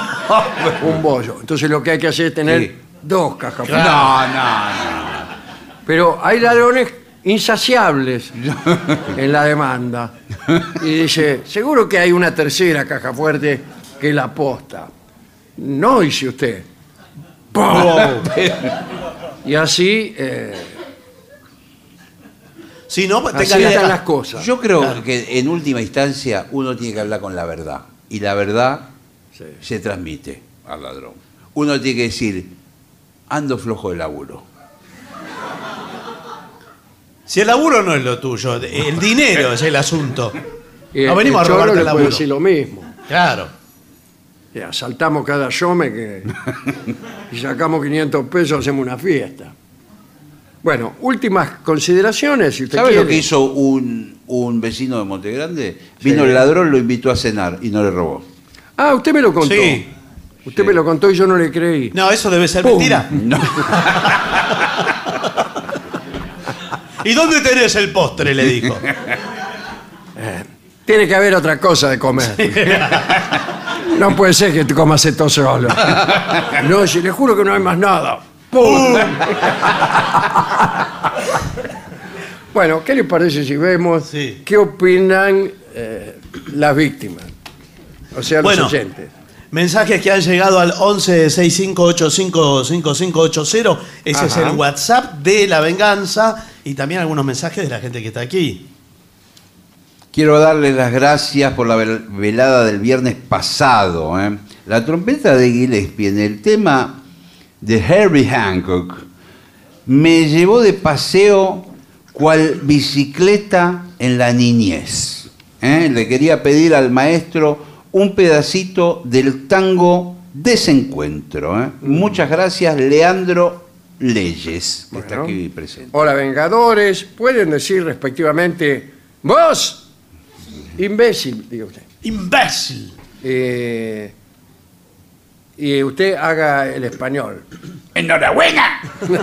Un bollo. Entonces lo que hay que hacer es tener Sí. dos cajas fuertes. No, no, no. Pero hay ladrones insaciables en la demanda. Y dice, seguro que hay una tercera caja fuerte que es la posta. No, dice usted. ¡Pum! Y así, eh, Si no, así tenga están la... las cosas. Yo creo Claro. que en última instancia uno tiene que hablar con la verdad. Y la verdad Sí. se transmite al ladrón. Uno tiene que decir, ando flojo de laburo. Si el laburo no es lo tuyo, el dinero es el asunto. Y No el- venimos a el cholo robarte le el puede laburo. decir lo mismo. Claro. Y asaltamos cada shome que y sacamos quinientos pesos, hacemos una fiesta. Bueno, últimas consideraciones, si usted ¿Sabe quiere. lo que hizo un, un vecino de Montegrande? Vino Sí. el ladrón, lo invitó a cenar y no le robó. Ah, usted me lo contó. Sí. Usted Sí. me lo contó y yo no le creí. No, eso debe ser ¡Pum! mentira. No. ¿Y dónde tenés el postre? Le dijo. Tiene que haber otra cosa de comer. No puede ser que te comas esto solo. No, si le juro que no hay más nada. ¡Pum! Bueno, ¿qué les parece si vemos Sí. qué opinan eh, las víctimas? O sea, los Bueno, oyentes. mensajes que han llegado al once sesenta y cinco ochenta y cinco cincuenta y cinco ochenta. Ese es Ajá. el WhatsApp de La Venganza. Y también algunos mensajes de la gente que está aquí. Quiero darles las gracias por la vel- velada del viernes pasado. ¿eh? La trompeta de Gillespie en el tema de Herbie Hancock me llevó de paseo cual bicicleta en la niñez. ¿eh? Le quería pedir al maestro un pedacito del tango Desencuentro. ¿eh? Muchas gracias, Leandro Leyes, que está Bueno. aquí presente. Hola, Vengadores. Pueden decir respectivamente, vos, imbécil, diga usted. ¡Imbécil! Eh, y usted haga el español. ¡Enhorabuena!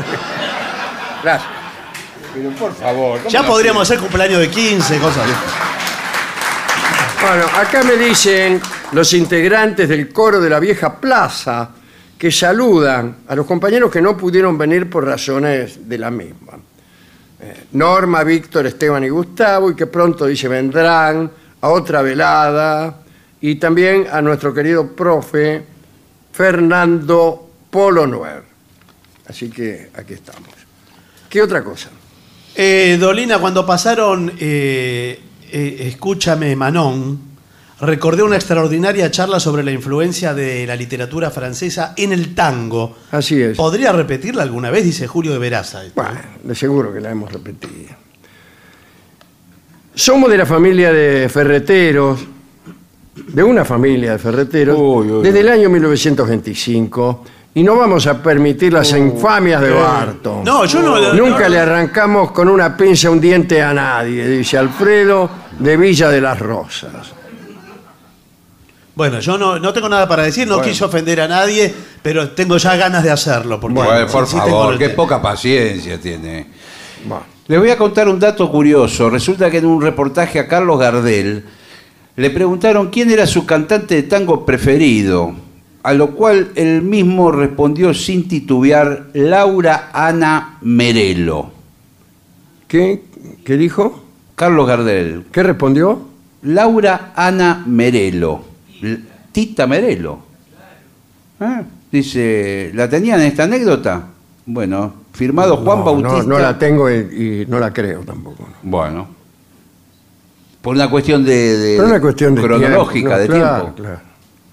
Gracias. Pero por favor. ¿cómo Ya no? podríamos hacer cumpleaños de quince, cosas así. Bueno, acá me dicen los integrantes del coro de la vieja plaza que saludan a los compañeros que no pudieron venir por razones de la misma. Eh, Norma, Víctor, Esteban y Gustavo, y que pronto, dice, vendrán a otra velada, y también a nuestro querido profe Fernando Polonuer. Así que aquí estamos. ¿Qué otra cosa? Eh, Dolina, cuando pasaron eh, eh, Escúchame Manon, recordé una extraordinaria charla sobre la influencia de la literatura francesa en el tango. Así es. ¿Podría repetirla alguna vez? Dice Julio de Veraza. Bueno, de seguro que la hemos repetido. Somos de la familia de ferreteros, de una familia de ferreteros, Uy, uy, desde uy. el año mil novecientos veinticinco, y no vamos a permitir las infamias de Barton. No, yo no- Nunca no- le arrancamos con una pinza un diente a nadie, dice Alfredo de Villa de las Rosas. Bueno, yo no, no tengo nada para decir, no quise ofender a nadie, pero tengo ya ganas de hacerlo. Porque Bueno, por insisten con favor, el qué tema. poca paciencia tiene. Bueno, Les voy a contar un dato curioso. Resulta que en un reportaje a Carlos Gardel le preguntaron quién era su cantante de tango preferido, a lo cual él mismo respondió sin titubear, Laura Ana Merelo. ¿qué, qué dijo? Carlos Gardel, ¿Qué respondió? Laura Ana Merelo, L- Tita Merelo. Ah, dice, ¿la tenían esta anécdota? Bueno, firmado Juan No, Bautista. No, no la tengo y, y no la creo tampoco. ¿no? Bueno. Por una cuestión de, de- Pero una cuestión de cronológica, tiempo, de ¿no? Claro, tiempo. claro.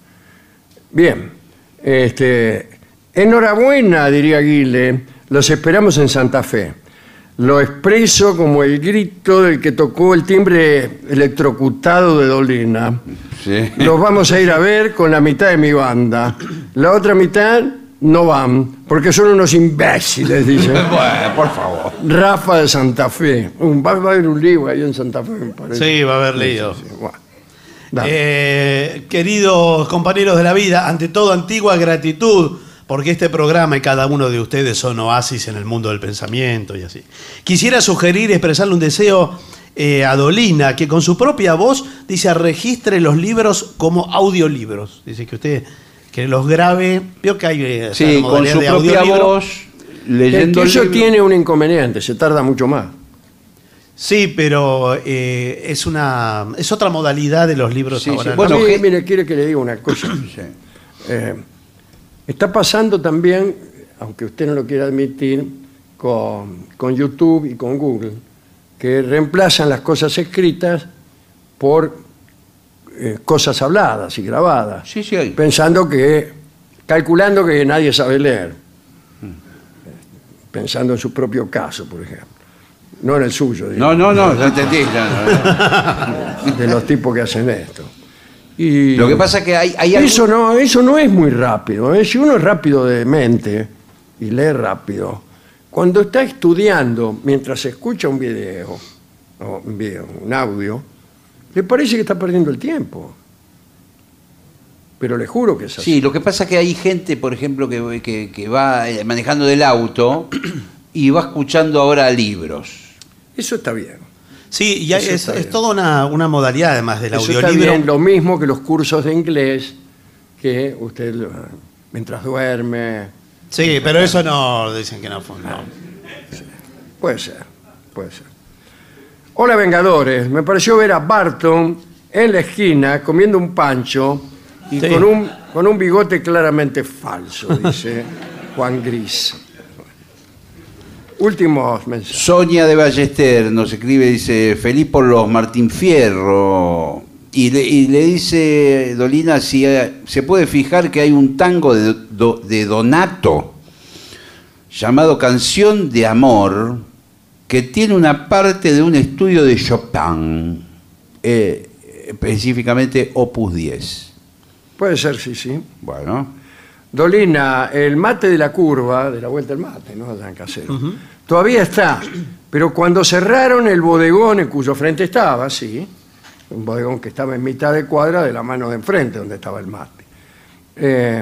Bien. Este, enhorabuena, diría Guile. Los esperamos en Santa Fe. Lo expreso como el grito del que tocó el timbre electrocutado de Dolina. Sí. Los vamos a ir a ver con la mitad de mi banda. La otra mitad no van, porque son unos imbéciles, dice Bueno, por favor. Rafa de Santa Fe. Un- Va, va a haber un libro ahí en Santa Fe, me parece. Sí, va a haber leído. Sí, bueno. Dale. Eh, queridos compañeros de la vida, ante todo antigua gratitud, porque este programa y cada uno de ustedes son oasis en el mundo del pensamiento y así. Quisiera sugerir, expresarle un deseo eh, a Dolina, que con su propia voz, dice, registre los libros como audiolibros. Dice que usted que los grabe. Veo que hay eh, Sí, esa con modalidad su de propia audiolibro. voz, Es leyendo que el eso libro. tiene un inconveniente, se tarda mucho más. Sí, pero eh, es una es otra modalidad de los libros Sí, sí, ahora. ¿no? bueno, A mí, que- mire, quiere que le diga una cosa. Sí. Eh, está pasando también, aunque usted no lo quiera admitir, con, con YouTube y con Google, que reemplazan las cosas escritas por eh, cosas habladas y grabadas, Sí, sí, hay. pensando que, calculando que nadie sabe leer, pensando en su propio caso, por ejemplo, no en el suyo, digo, No, no, no, no entendí. no, no. de los tipos que hacen esto. Y Lo que pasa es que hay, hay eso algún- no, eso no es muy rápido. ¿eh? Si uno es rápido de mente y lee rápido, cuando está estudiando mientras escucha un video, o un video, un audio, le parece que está perdiendo el tiempo. Pero le juro que es así. Sí, lo que pasa es que hay gente, por ejemplo, que, que- que va eh, manejando del auto y va escuchando ahora libros. Eso está bien. Sí, y hay- Eso es, está es bien. toda una, una modalidad además del Eso está audiolibro. bien, lo mismo que los cursos de inglés que usted lo- mientras duerme. Sí, pero eso no, dicen que no fue. no. Puede ser, puede ser. Hola, Vengadores. Me pareció ver a Barton en la esquina comiendo un pancho y Sí. con, un, con un bigote claramente falso, dice Juan Gris. Últimos mensajes. Sonia de Ballester nos escribe, dice, feliz por los Martín Fierro. Y le, y le dice, Dolina, si eh, se puede fijar que hay un tango de, do- de Donato llamado Canción de Amor, que tiene una parte de un estudio de Chopin, eh, específicamente Opus diez. Puede ser, sí, sí. Bueno, Dolina, el mate de la curva, de la vuelta del mate, ¿no? Allá en Casero. Todavía está, pero cuando cerraron el bodegón en cuyo frente estaba, sí, un bodegón que estaba en mitad de cuadra de la mano de enfrente donde estaba el mate. Eh,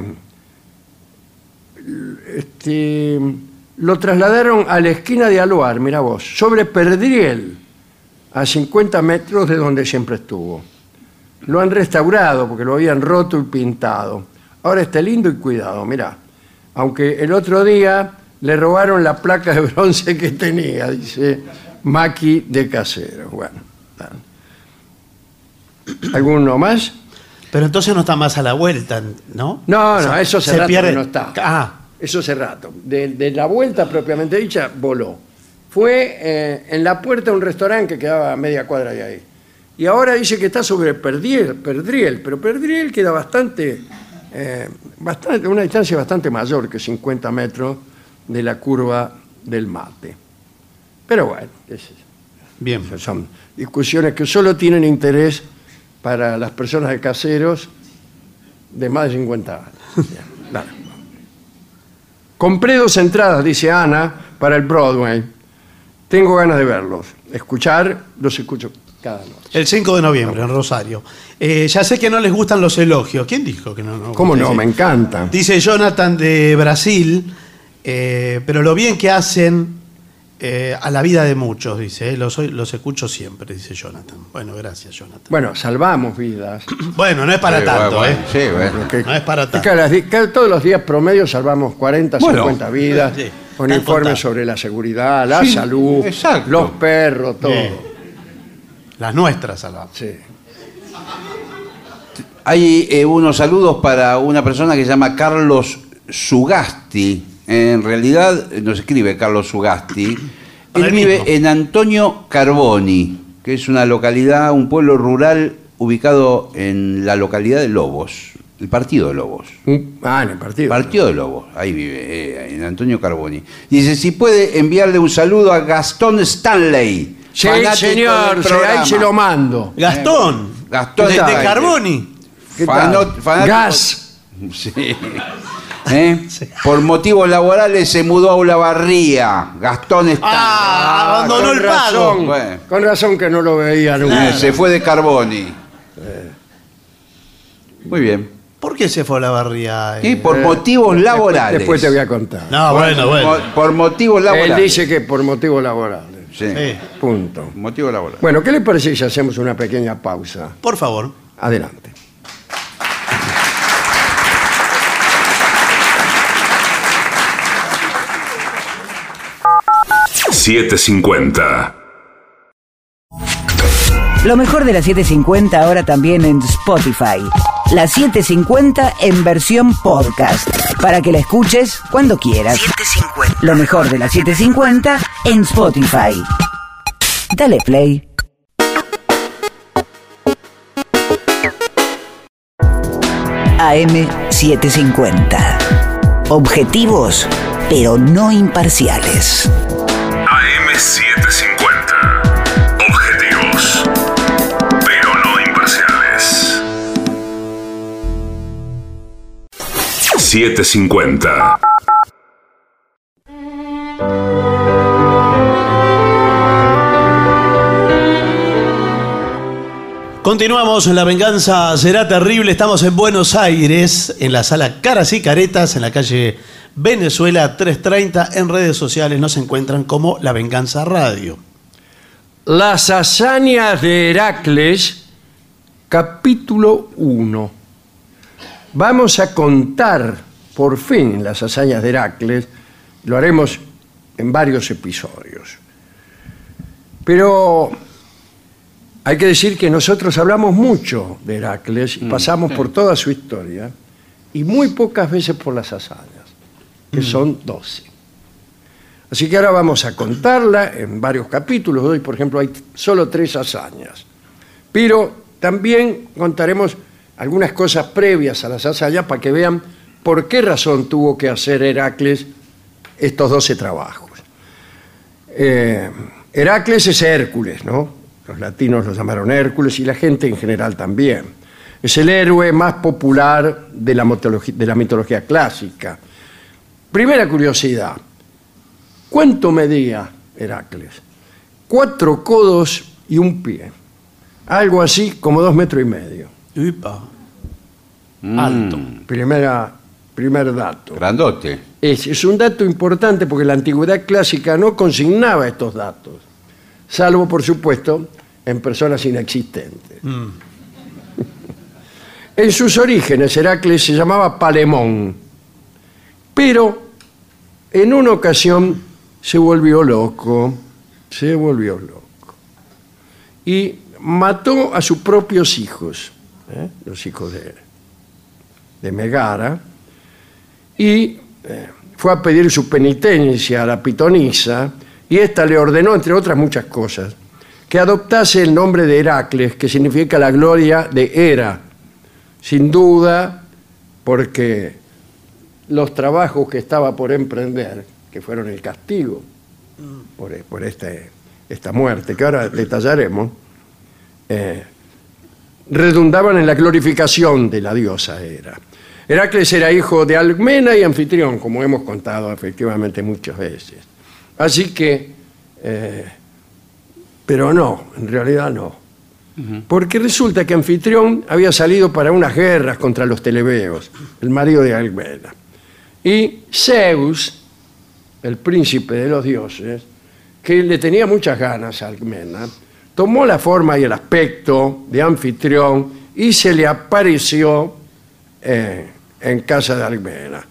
este, lo trasladaron a la esquina de Aluar, mira vos, sobre Perdriel, a cincuenta metros de donde siempre estuvo. Lo han restaurado porque lo habían roto y pintado. Ahora está lindo y cuidado, mirá. Aunque el otro día le robaron la placa de bronce que tenía, dice Maki de Casero. Bueno, ¿alguno más? Pero entonces no está más a la vuelta, ¿no? No, O no, sea, eso hace se rato pierde- que no está. Ah, Eso hace rato. De, de la vuelta propiamente dicha, voló. Fue eh, en la puerta de un restaurante que quedaba a media cuadra de ahí. Y ahora dice que está sobre Perdriel, Perdriel pero Perdriel queda bastante, eh, bastante, una distancia bastante mayor que cincuenta metros de la curva del mate. Pero bueno, es- bien. son discusiones que solo tienen interés para las personas de Caseros de más de cincuenta años. Bien, dale. Compré dos entradas, dice Ana, para el Broadway. Tengo ganas de verlos. Escuchar, los escucho cada noche. El cinco de noviembre en Rosario. Eh, ya sé que no les gustan los elogios. ¿Quién dijo que no? no ¿Cómo no? Dice- Me encanta. Dice Jonathan de Brasil, eh, pero lo bien que hacen eh, a la vida de muchos, dice. eh, los, los escucho siempre, dice Jonathan. Bueno, gracias, Jonathan. Bueno, salvamos vidas. Bueno, no es para Sí, tanto, bueno, ¿eh? sí, bueno. Que- No es para que tanto. cada di- cada- todos los días promedio salvamos cuarenta, Bueno. cincuenta vidas, Sí, con están informes contadas. sobre la seguridad, la Sí, salud, exacto. los perros, todo. Bien. Las nuestras salvamos. Sí. Hay eh, unos saludos para una persona que se llama Carlos Sugasti. En realidad eh, nos escribe Carlos Sugasti. Para Él el vive mismo. en Antonio Carboni, que es una localidad, un pueblo rural ubicado en la localidad de Lobos, el partido de Lobos. Un- Ah, en el partido. Partido de Lobos, ahí vive, eh, en Antonio Carboni. Dice, si puede enviarle un saludo a Gastón Stanley. Sí, fanático señor, del sí, programa. ahí se lo mando. Gastón. Gastón de, de Stanley. Carboni. ¿Qué Fano- tal? fanático- Gas. Sí. ¿Eh? Por motivos laborales se mudó a Olavarría. Gastón está. Ah, abandonó con el pago. razón, Bueno. Con razón que no lo veía nunca. Eh, se fue de Carboni. Muy bien. ¿Por qué se fue a la barría? Y por motivos laborales. Después te voy a contar. No, bueno, bueno. Por, por motivos laborales. Él dice que por motivos laborales. Sí. Sí. Punto. Motivo laboral. Bueno, ¿qué le parece si hacemos una pequeña pausa? Por favor. Adelante. setecientos cincuenta. Lo mejor de la setecientos cincuenta ahora también en Spotify. La setecientos cincuenta en versión podcast. Para que la escuches cuando quieras. Lo mejor de la setecientos cincuenta en Spotify. Dale play. A M setecientos cincuenta. Objetivos, pero no imparciales. A M setecientos cincuenta. Objetivos, pero no imparciales. setecientos cincuenta. Continuamos en La Venganza Será Terrible. Estamos en Buenos Aires, en la sala Caras y Caretas, en la calle Venezuela trescientos treinta. En redes sociales nos encuentran como La Venganza Radio. Las hazañas de Heracles, capítulo uno. Vamos a contar, por fin, las hazañas de Heracles. Lo haremos en varios episodios. Pero Hay que decir que nosotros hablamos mucho de Heracles y pasamos por toda su historia y muy pocas veces por las hazañas, que son doce. Así que ahora vamos a contarla en varios capítulos. Hoy, por ejemplo, hay solo tres hazañas. Pero también contaremos algunas cosas previas a las hazañas para que vean por qué razón tuvo que hacer Heracles estos doce trabajos. Eh, Heracles es Hércules, ¿no? Los latinos lo llamaron Hércules y la gente en general también. Es el héroe más popular de la mitología, de la mitología clásica. Primera curiosidad. ¿Cuánto medía Heracles? Cuatro codos y un pie. Algo así como dos metros y medio. Upa. Mm. Alto. Primera, primer dato. Grandote. Es, es un dato importante porque la antigüedad clásica no consignaba estos datos, salvo, por supuesto, en personas inexistentes. Mm. En sus orígenes, Heracles se llamaba Palemón, pero en una ocasión se volvió loco, se volvió loco, y mató a sus propios hijos, ¿eh? los hijos de, de Megara, y eh, fue a pedir su penitencia a la pitonisa, y ésta le ordenó, entre otras muchas cosas, que adoptase el nombre de Heracles, que significa la gloria de Hera, sin duda, porque los trabajos que estaba por emprender, que fueron el castigo por, por este, esta muerte, que ahora detallaremos, eh, redundaban en la glorificación de la diosa Hera. Heracles era hijo de Alcmena y Anfitrión, como hemos contado efectivamente muchas veces. Así que, eh, pero no, en realidad no. Porque resulta que Anfitrión había salido para unas guerras contra los telebeos, el marido de Alcmena. Y Zeus, el príncipe de los dioses, que le tenía muchas ganas a Alcmena, tomó la forma y el aspecto de Anfitrión y se le apareció eh, en casa de Alcmena.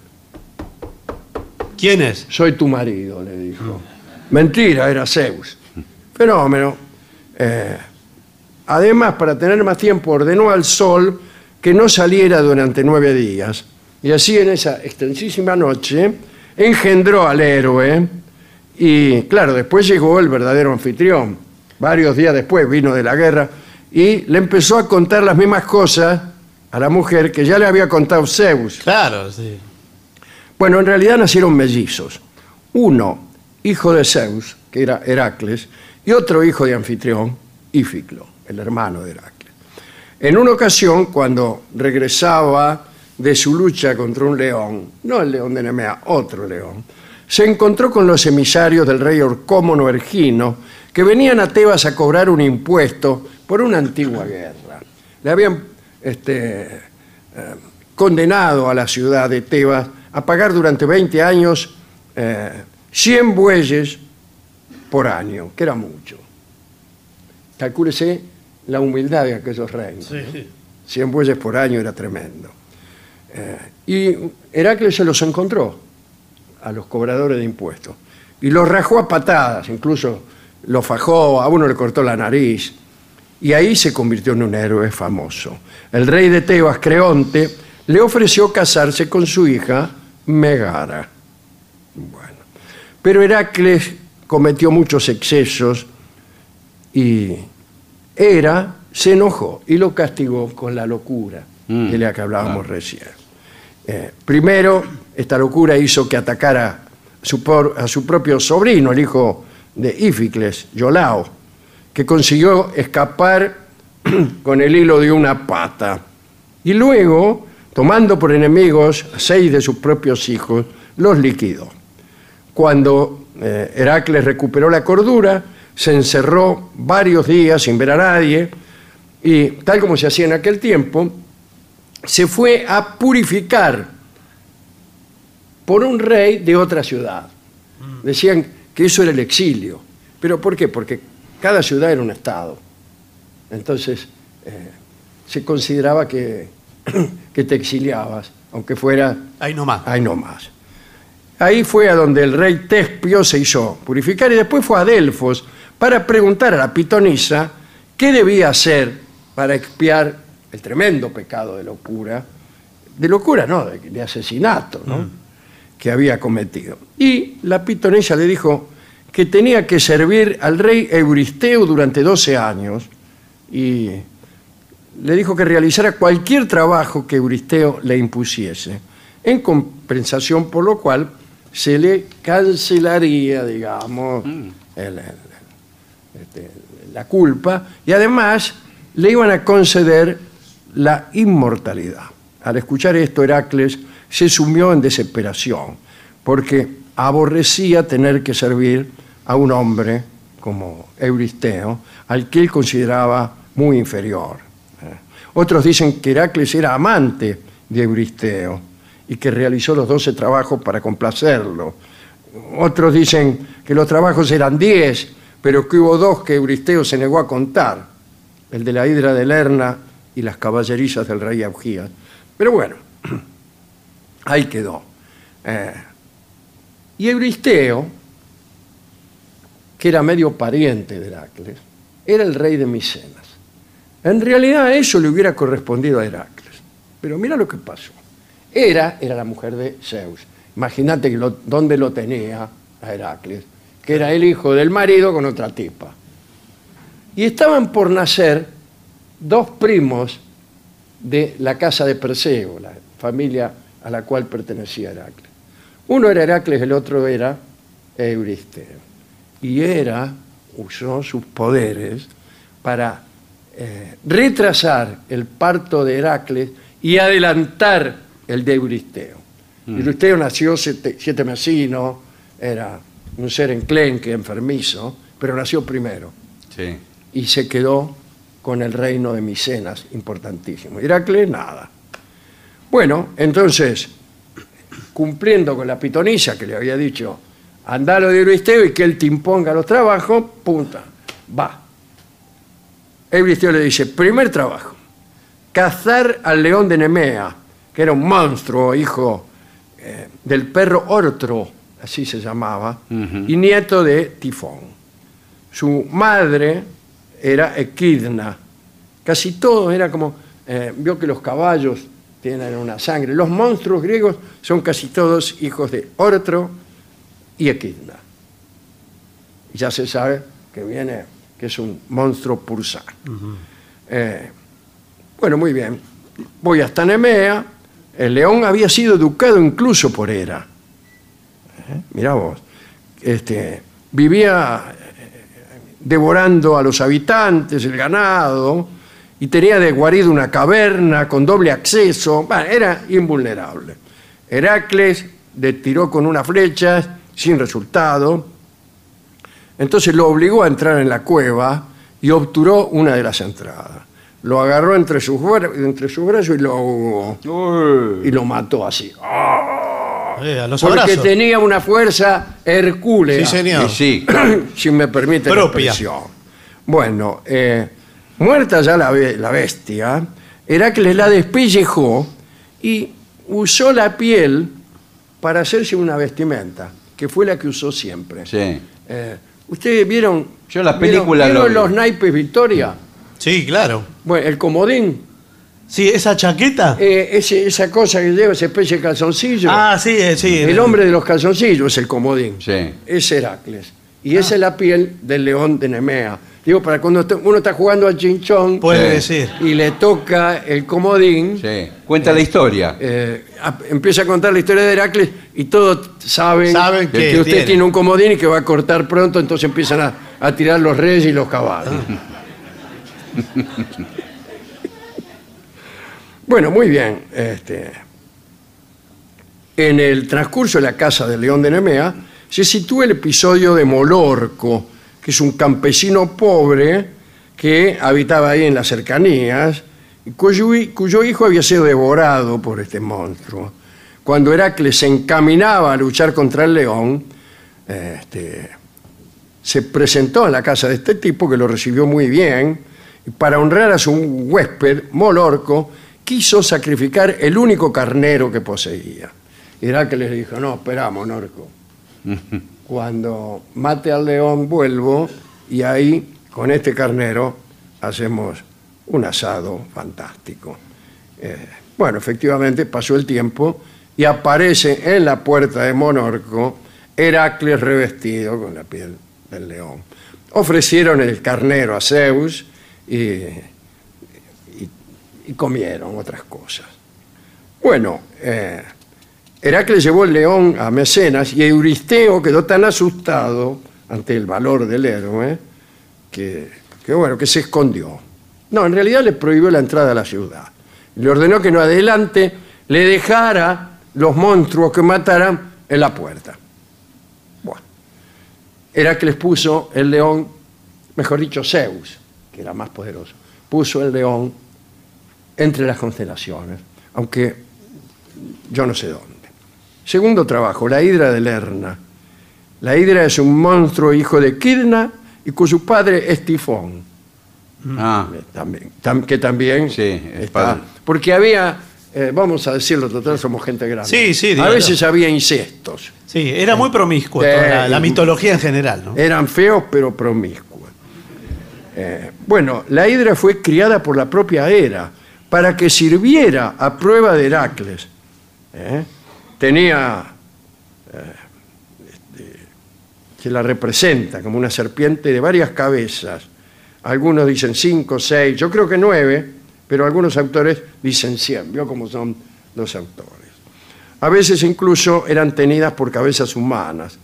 ¿Quién es? Soy tu marido, le dijo. Mentira, era Zeus. Fenómeno. Eh, además, para tener más tiempo, ordenó al sol que no saliera durante nueve días. Y así, en esa extensísima noche, engendró al héroe. Y, claro, después llegó el verdadero Anfitrión. Varios días después vino de la guerra y le empezó a contar las mismas cosas a la mujer que ya le había contado Zeus. Claro, sí. Bueno, en realidad nacieron mellizos. Uno, hijo de Zeus, que era Heracles, y otro hijo de Anfitrión, Íficlo, el hermano de Heracles. En una ocasión, cuando regresaba de su lucha contra un león, no el león de Nemea, otro león, se encontró con los emisarios del rey Orcómono Ergino, que venían a Tebas a cobrar un impuesto por una antigua guerra. Le habían este, eh, condenado a la ciudad de Tebas a pagar durante veinte años eh, cien bueyes por año, que era mucho. Calcúlese la humildad de aquellos reinos. Sí. ¿no? cien bueyes por año era tremendo. Eh, y Heracles se los encontró a los cobradores de impuestos y los rajó a patadas, incluso los fajó, a uno le cortó la nariz, y ahí se convirtió en un héroe famoso. El rey de Tebas, Creonte, le ofreció casarse con su hija Megara. Bueno, pero Heracles cometió muchos excesos y Hera se enojó y lo castigó con la locura mm. de la que hablábamos ah. recién. Eh, primero, esta locura hizo que atacara a su, por, a su propio sobrino, el hijo de Íficles, Iolao, que consiguió escapar con el hilo de una pata. Y luego, tomando por enemigos a seis de sus propios hijos, los liquidó. Cuando eh, Heracles recuperó la cordura, se encerró varios días sin ver a nadie y, tal como se hacía en aquel tiempo, se fue a purificar por un rey de otra ciudad. Decían que eso era el exilio. ¿Pero por qué? Porque cada ciudad era un estado. Entonces, eh, se consideraba que, que te exiliabas, aunque fuera... Ahí nomás. Ahí nomás. Ahí fue a donde el rey Tespio se hizo purificar y después fue a Delfos para preguntar a la pitonisa qué debía hacer para expiar el tremendo pecado de locura, de locura no, de, de asesinato, ¿no? Mm. que había cometido. Y la pitonisa le dijo que tenía que servir al rey Euristeo durante doce años y le dijo que realizara cualquier trabajo que Euristeo le impusiese, en compensación por lo cual se le cancelaría, digamos, mm. el, el, este, la culpa, y además le iban a conceder la inmortalidad. Al escuchar esto, Heracles se sumió en desesperación, porque aborrecía tener que servir a un hombre como Euristeo, al que él consideraba muy inferior. Otros dicen que Heracles era amante de Euristeo y que realizó los doce trabajos para complacerlo. Otros dicen que los trabajos eran diez, pero que hubo dos que Euristeo se negó a contar, el de la hidra de Lerna y las caballerizas del rey Augías. Pero bueno, ahí quedó. Eh, y Euristeo, que era medio pariente de Heracles, era el rey de Micenas. En realidad eso le hubiera correspondido a Heracles. Pero mira lo que pasó. Hera era la mujer de Zeus. Imagínate que lo, dónde lo tenía a Heracles, que era el hijo del marido con otra tipa. Y estaban por nacer dos primos de la casa de Perseo, la familia a la cual pertenecía Heracles. Uno era Heracles, el otro era Euristeo. Y Hera usó sus poderes para eh, retrasar el parto de Heracles y adelantar el de Euristeo. Mm. Euristeo nació siete, siete mesino, era un ser enclenque, enfermizo, pero nació primero. Sí. Y se quedó con el reino de Micenas, importantísimo. Heracles, nada. Bueno, entonces, cumpliendo con la pitonisa que le había dicho, andá lo de Euristeo y que él te imponga los trabajos, punta, va. Euristeo le dice, primer trabajo, cazar al león de Nemea, que era un monstruo, hijo eh, del perro Ortro, así se llamaba, uh-huh. y nieto de Tifón. Su madre era Equidna. Casi todo era como, eh, vio que los caballos tienen una sangre. Los monstruos griegos son casi todos hijos de Ortro y Equidna. Y ya se sabe que viene, que es un monstruo pulsar. Uh-huh. eh, bueno, muy bien. Voy hasta Nemea. El león había sido educado incluso por Hera. ¿Eh? Mirá vos. Este, vivía devorando a los habitantes, el ganado, y tenía de guarida una caverna con doble acceso. Bueno, era invulnerable. Heracles le tiró con una flecha sin resultado. Entonces lo obligó a entrar en la cueva y obturó una de las entradas. Lo agarró entre sus, entre sus brazos y lo, y lo mató así. ¡Oh! Eh, a los Porque abrazos. tenía una fuerza hercúlea. Sí, señor. Sí. Si me permite la Propia. expresión. Bueno, eh, muerta ya la, la bestia, Heracles la despellejó y usó la piel para hacerse una vestimenta, que fue la que usó siempre. Sí. Eh, ¿Ustedes vieron, Yo las vieron, películas vieron lo vi. los naipes Victoria? Sí, claro. Bueno, el comodín, Sí, esa chaqueta. eh, ese- esa cosa que lleva, esa especie de calzoncillo. Ah, sí, eh, sí. El hombre de los calzoncillos es el comodín. Sí. Es Heracles. Y esa es la piel del león de Nemea. Digo, para cuando est- uno está jugando al chinchón Puede Sí. decir. y le toca el comodín, Sí. Cuenta la historia. eh, a- empieza a contar la historia de Heracles y todos saben, Saben que, que usted tiene. tiene un comodín y que va a cortar pronto, entonces empiezan a, a tirar los reyes y los caballos. Bueno, muy bien. Este, en el transcurso de la casa del león de Nemea se sitúa el episodio de Molorco, que es un campesino pobre que habitaba ahí en las cercanías y cuyo, hi- cuyo hijo había sido devorado por este monstruo. Cuando Heracles se encaminaba a luchar contra el león, este, se presentó en la casa de este tipo que lo recibió muy bien y para honrar a su huésped, Molorco, quiso sacrificar el único carnero que poseía. Y Heracles le dijo, no, espera, Molorco. Cuando mate al león vuelvo y ahí, con este carnero, hacemos un asado fantástico. Eh, bueno, efectivamente pasó el tiempo y aparece en la puerta de Monorco Heracles revestido con la piel del león. Ofrecieron el carnero a Zeus y, y, y comieron otras cosas. Bueno, eh, Heracles llevó el león a Mecenas y Euristeo quedó tan asustado ante el valor del héroe que, que, bueno, que se escondió. No, en realidad le prohibió la entrada a la ciudad. Le ordenó que no adelante le dejara los monstruos que mataran en la puerta. Bueno, Heracles puso el león, mejor dicho, Zeus, que era más poderoso, puso el león entre las constelaciones, aunque yo no sé dónde. Segundo trabajo, la hidra de Lerna. La hidra es un monstruo hijo de Quirna y cuyo padre es Tifón. Ah, También, tam- que también Sí, es está. padre. Porque había, eh, vamos a decirlo, total, somos gente grande. Sí, sí, A dígalo. veces había incestos. Sí, era muy promiscuo Sí. toda la, la mitología en general, ¿no? Eran feos, pero promiscuos. Eh, bueno, la hidra fue criada por la propia Hera para que sirviera a prueba de Heracles. ¿Eh? Tenía, eh, este, que la representa como una serpiente de varias cabezas. Algunos dicen cinco, seis, yo creo que nueve, pero algunos autores dicen cien. ¿Vio cómo son los autores? A veces incluso eran tenidas por cabezas humanas.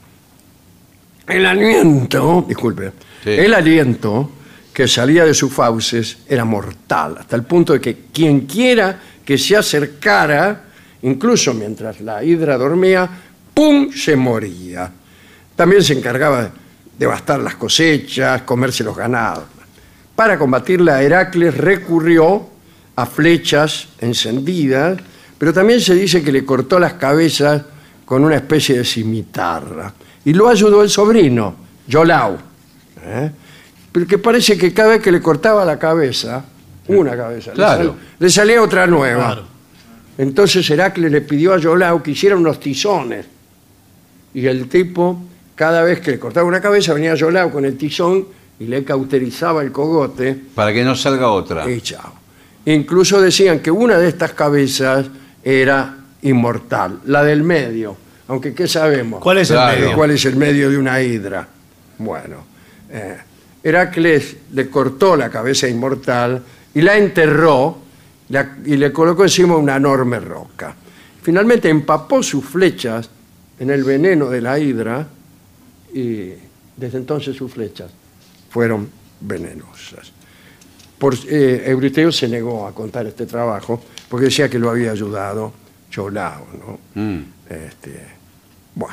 El aliento, disculpe, Sí. el aliento que salía de sus fauces era mortal, hasta el punto de que quien quiera que se acercara, incluso mientras la hidra dormía, ¡pum!, se moría. También se encargaba de devastar las cosechas, comerse los ganados. Para combatirla, Heracles recurrió a flechas encendidas, pero también se dice que le cortó las cabezas con una especie de cimitarra. Y lo ayudó el sobrino, Iolao, ¿eh? Porque parece que cada vez que le cortaba la cabeza, una cabeza, Claro. le, sal- le salía otra nueva. Claro. Entonces Heracles le pidió a Iolao que hiciera unos tizones. Y el tipo, cada vez que le cortaba una cabeza, venía Iolao con el tizón y le cauterizaba el cogote para que no salga otra. y chao. Incluso decían que una de estas cabezas era inmortal, la del medio. Aunque, ¿qué sabemos? ¿Cuál es Claro. el medio? ¿Cuál es el medio de una hidra? Bueno, eh, Heracles le cortó la cabeza inmortal y la enterró la- y le colocó encima una enorme roca. Finalmente empapó sus flechas en el veneno de la hidra y desde entonces sus flechas fueron venenosas. Por, eh, Euristeo se negó a contar este trabajo porque decía que lo había ayudado Iolao, ¿no? Mm. Este, bueno.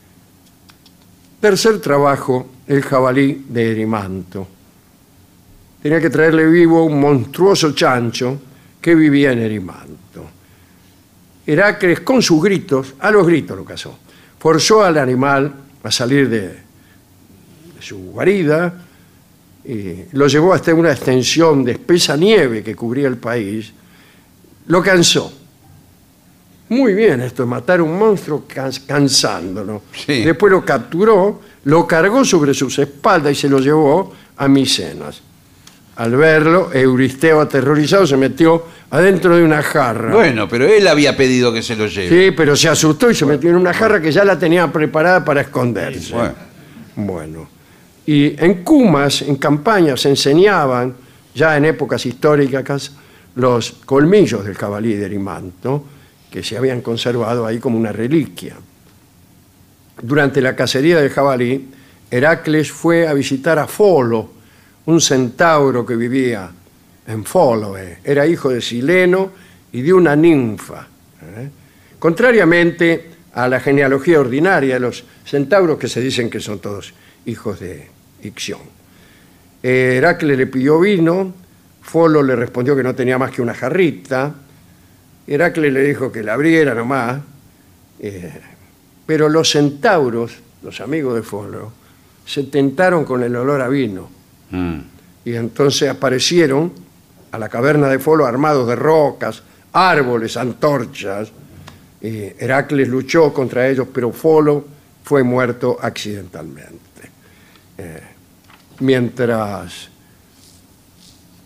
Tercer trabajo, el jabalí de Erimanto. Tenía que traerle vivo un monstruoso chancho que vivía en Erimanto. Heracles, con sus gritos, a los gritos lo cazó, forzó al animal a salir de, de su guarida y lo llevó hasta una extensión de espesa nieve que cubría el país. Lo cansó. Muy bien esto de matar a un monstruo cans- cansándolo. Sí. Después lo capturó, lo cargó sobre sus espaldas y se lo llevó a Micenas. Al verlo, Euristeo, aterrorizado, se metió adentro de una jarra. Bueno, pero él había pedido que se lo lleve. Sí, pero se asustó y se metió en una jarra que ya la tenía preparada para esconderse. Bueno. Bueno. Y en Cumas, en campañas, se enseñaban, ya en épocas históricas, los colmillos del jabalí de Erimanto, que se habían conservado ahí como una reliquia. Durante la cacería del jabalí, Heracles fue a visitar a Folo, un centauro que vivía en Fóloe. Era hijo de Sileno y de una ninfa. ¿eh? Contrariamente a la genealogía ordinaria de los centauros, que se dicen que son todos hijos de Ixión. Eh, Heracles le pidió vino, Folo le respondió que no tenía más que una jarrita. Heracles le dijo que la abriera nomás, eh, pero los centauros, los amigos de Folo, se tentaron con el olor a vino. Mm. Y entonces aparecieron a la caverna de Folo armados de rocas, árboles, antorchas. Y Heracles luchó contra ellos, pero Folo fue muerto accidentalmente. Eh, mientras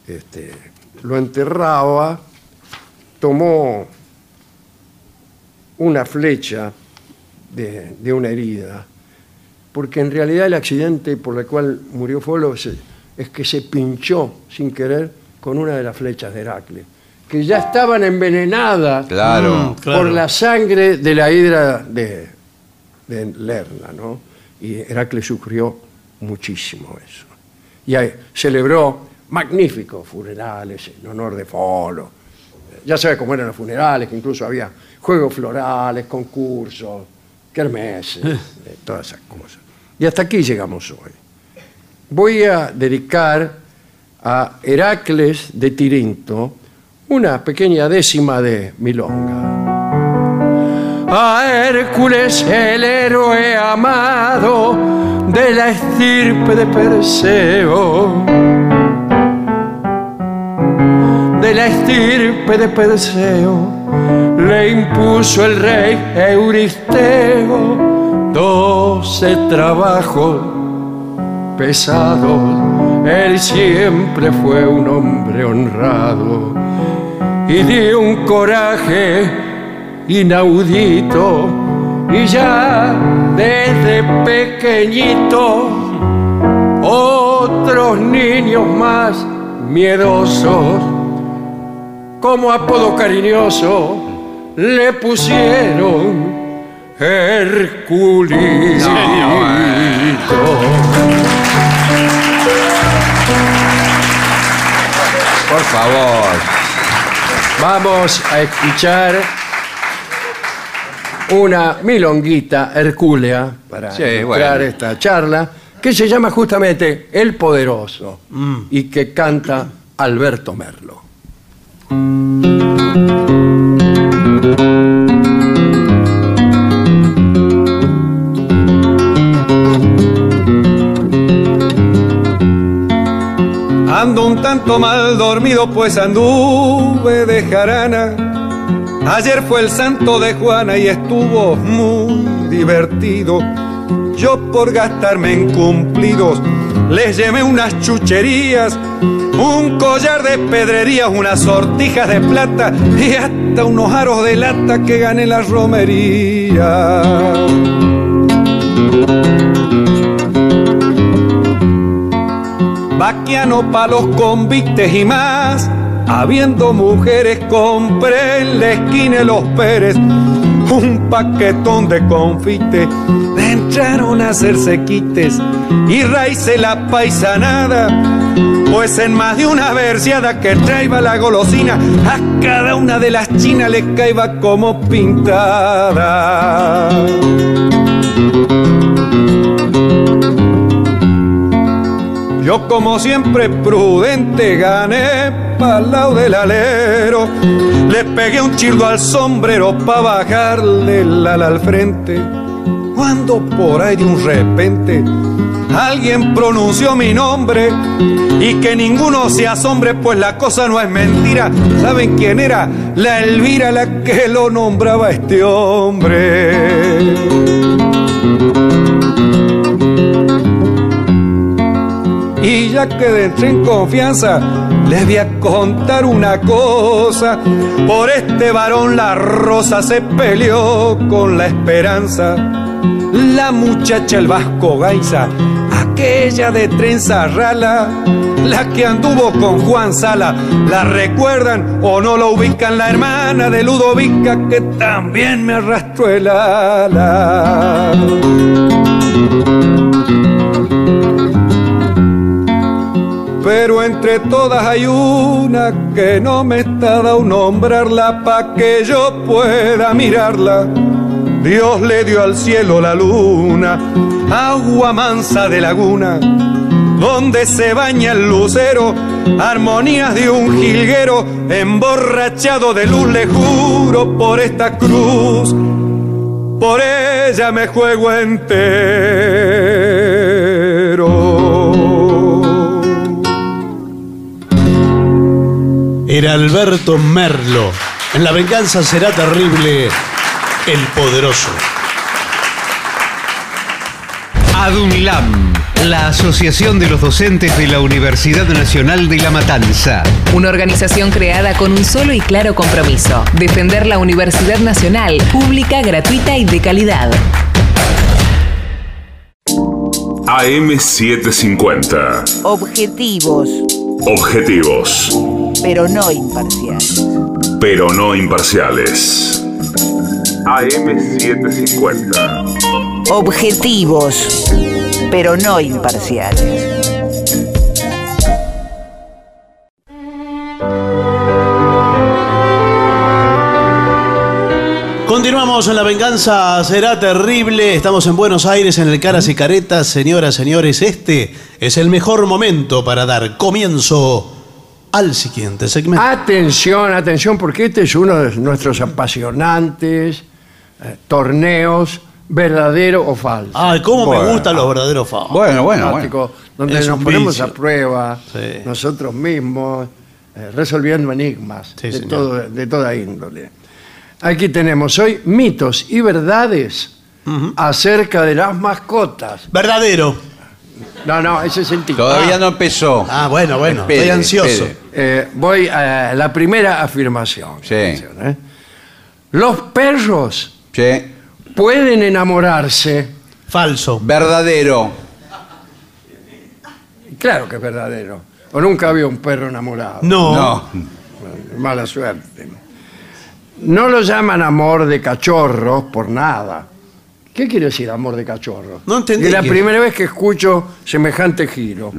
este, lo enterraba, tomó una flecha de, de una herida, porque en realidad el accidente por el cual murió Folo es, es que se pinchó sin querer con una de las flechas de Heracles, que ya estaban envenenadas Claro. Mm, claro. por la sangre de la hidra de, de Lerna, ¿no? Y Heracles sufrió muchísimo eso. Y ahí celebró magníficos funerales en honor de Folo. Ya sabe cómo eran los funerales, que incluso había juegos florales, concursos, kermeses, eh, todas esas cosas. Y hasta aquí llegamos hoy. Voy a dedicar a Heracles de Tirinto una pequeña décima de milonga. A Hércules, el héroe amado de la estirpe de Perseo, de la estirpe de Perseo, le impuso el rey Euristeo doce trabajos pesados. Él siempre fue un hombre honrado y de un coraje inaudito, y ya desde pequeñito otros niños más miedosos, como apodo cariñoso, le pusieron Herculito. Por favor. Vamos a escuchar una milonguita hercúlea para Sí, ilustrar bueno. esta charla, que se llama justamente El Poderoso y que canta Alberto Merlo. Ando un tanto mal dormido, pues anduve de jarana. Ayer fue el santo de Juana y estuvo muy divertido. Yo por gastarme en cumplidos les llevé unas chucherías, un collar de pedrerías, unas sortijas de plata y hasta unos aros de lata que gané en la romería. Vaquiano pa' los convites y más, habiendo mujeres compré en la esquina de Los Pérez un paquetón de confite. Le entraron a hacerse quites y raíce la paisanada, pues en más de una versiada que traía la golosina, a cada una de las chinas le caía como pintada. Yo como siempre prudente gané pa'l lado del alero, le pegué un chirdo al sombrero pa' bajarle el ala al frente, cuando por ahí de un repente alguien pronunció mi nombre y que ninguno se asombre, pues la cosa no es mentira. ¿Saben quién era? La Elvira, la que lo nombraba a este hombre. Y ya que entré en confianza, les voy a contar una cosa. Por este varón la rosa se peleó con la esperanza. La muchacha el Vasco Gaiza, aquella de trenza rala, la que anduvo con Juan Sala, ¿la recuerdan o no lo ubican? La hermana de Ludovica que también me arrastró el ala. Pero entre todas hay una que no me está dando nombrarla pa' que yo pueda mirarla. Dios le dio al cielo la luna, agua mansa de laguna, donde se baña el lucero, armonías de un jilguero, emborrachado de luz, le juro por esta cruz, por ella me juego entero. Era Alberto Merlo. En La venganza será terrible, El Poderoso. Adunlam, La Asociación de los Docentes de la Universidad Nacional de La Matanza. Una organización creada con un solo y claro compromiso: defender la Universidad Nacional, pública, gratuita y de calidad. A M setecientos cincuenta. Objetivos, Objetivos, pero no imparciales. pero no imparciales. A M setecientos cincuenta. Objetivos, pero no imparciales. Continuamos en La Venganza Será Terrible. Estamos en Buenos Aires, en el Caras y Caretas. Señoras, señores, este es el mejor momento para dar comienzo al siguiente segmento. Atención, atención, porque este es uno de nuestros apasionantes eh, torneos, verdadero o falso. Ay, cómo Bueno. me gustan los verdaderos falsos. Bueno, bueno, bueno. Fantástico, donde Es nos un ponemos vicio. a prueba Sí. nosotros mismos, eh, resolviendo enigmas Sí, de, señor. todo, de toda índole. Aquí tenemos hoy mitos y verdades acerca de las mascotas. Verdadero. No, no, ese es el tipo. Todavía no empezó. Ah, bueno, bueno. Espere, estoy ansioso. espere. Eh, voy a la primera afirmación. Sí. Atención, ¿eh? Los perros Sí. pueden enamorarse. Falso. Verdadero. Claro que es verdadero. O nunca había un perro enamorado. No. No. Mala suerte. No lo llaman amor de cachorros por nada. ¿Qué quiere decir amor de cachorro? No entendí Es la qué- primera vez que escucho semejante giro.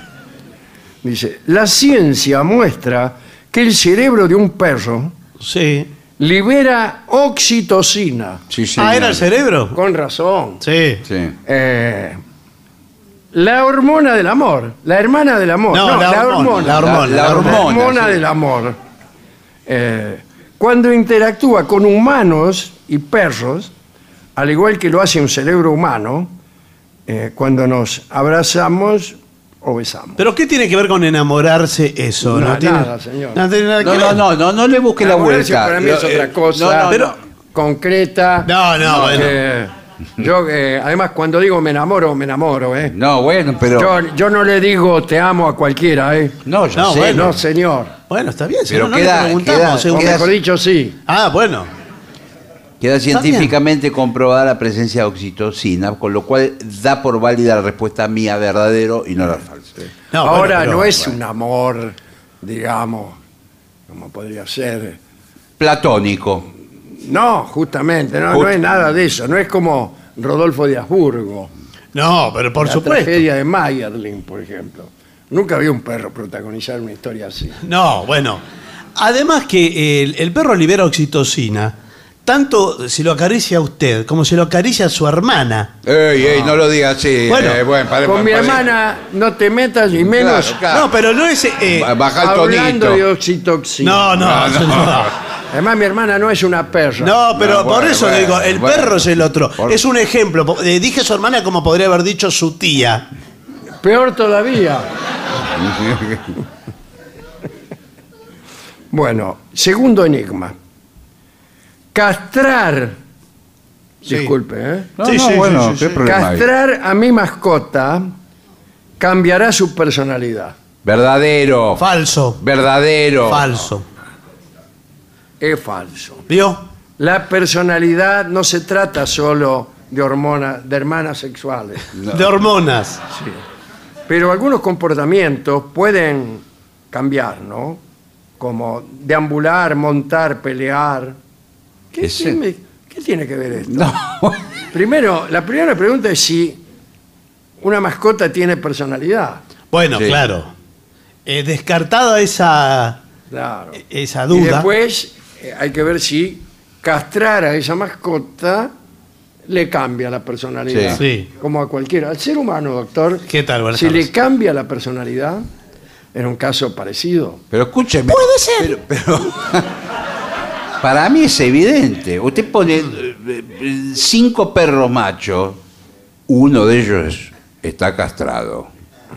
Dice, la ciencia muestra que el cerebro de un perro Sí. libera oxitocina. Sí, sí. Ah, ¿era el cerebro? Con razón. Sí. Sí. Eh, la hormona del amor. La hermana del amor. No, la hormona, la hormona, la La hormona, hormona sí. del amor. Eh, cuando interactúa con humanos y perros, al igual que lo hace un cerebro humano, eh, cuando nos abrazamos o besamos. ¿Pero qué tiene que ver con enamorarse eso? No, tiene- nada, señor. No tiene nada que No, no, ver. no, no, no le busque la Enamorarse vuelta. para mí es Lo- otra eh, cosa, no, no, pero no. concreta. No, no, bueno. Eh, yo, eh, además, cuando digo me enamoro, me enamoro, ¿eh? No, bueno, pero. Yo, yo no le digo te amo a cualquiera, ¿eh? no, yo No, sé. bueno. No, señor. Bueno, está bien. Si Pero no, no queda- le preguntamos. queda- según- O queda- mejor dicho, sí. Ah, bueno. Queda bien. científicamente comprobada la presencia de oxitocina, con lo cual da por válida la respuesta mía verdadero y no la falsa. No, Ahora, bueno, pero- no es un amor, digamos, como podría ser. Platónico. No, justamente, no, no es nada de eso. No es como Rodolfo de Habsburgo. No, pero por la supuesto. tragedia de Mayerling, por ejemplo. Nunca vi un perro protagonizar una historia así. No, bueno. Además que el, el perro libera oxitocina, tanto si lo acaricia a usted como si lo acaricia a su hermana. Ey, ey, no lo digas así. Bueno, eh, bueno, pare- Con mi pare- hermana no te metas y menos Claro, claro. No, pero no es... eh, Ba- Baja el hablando tonito. de oxitoxina. no, no, no. Además, mi hermana no es una perra. No, pero No, por bueno, eso le bueno, digo, el bueno. perro es el otro. Por- Es un ejemplo. Po- eh, dije su hermana como podría haber dicho su tía. Peor todavía. Bueno, segundo enigma. Castrar. Sí. Disculpe, ¿eh? No, Sí, no, sí, sí, bueno, sí, ¿qué sí. problema hay? Castrar a mi mascota cambiará su personalidad. Verdadero. Falso. Verdadero. Falso. Es falso. ¿Vio? La personalidad no se trata solo de hormonas, de hermanas sexuales. De hormonas. Pero algunos comportamientos pueden cambiar, ¿no? Como deambular, montar, pelear. ¿Qué, Ese- tiene, qué tiene que ver esto? No. Primero, la primera pregunta es si una mascota tiene personalidad. Bueno, Sí. claro. Eh, descartada esa, Claro. esa Y duda. después eh, hay que ver si castrar a esa mascota le cambia la personalidad. Sí. Sí. Como a cualquiera. Al ser humano, doctor, ¿Qué tal? Buenas si tardes. le cambia la personalidad, en un caso parecido, Pero escúcheme. Puede ser. Pero, pero- para mí es evidente. Usted pone eh, eh, cinco perros machos, uno de ellos está castrado.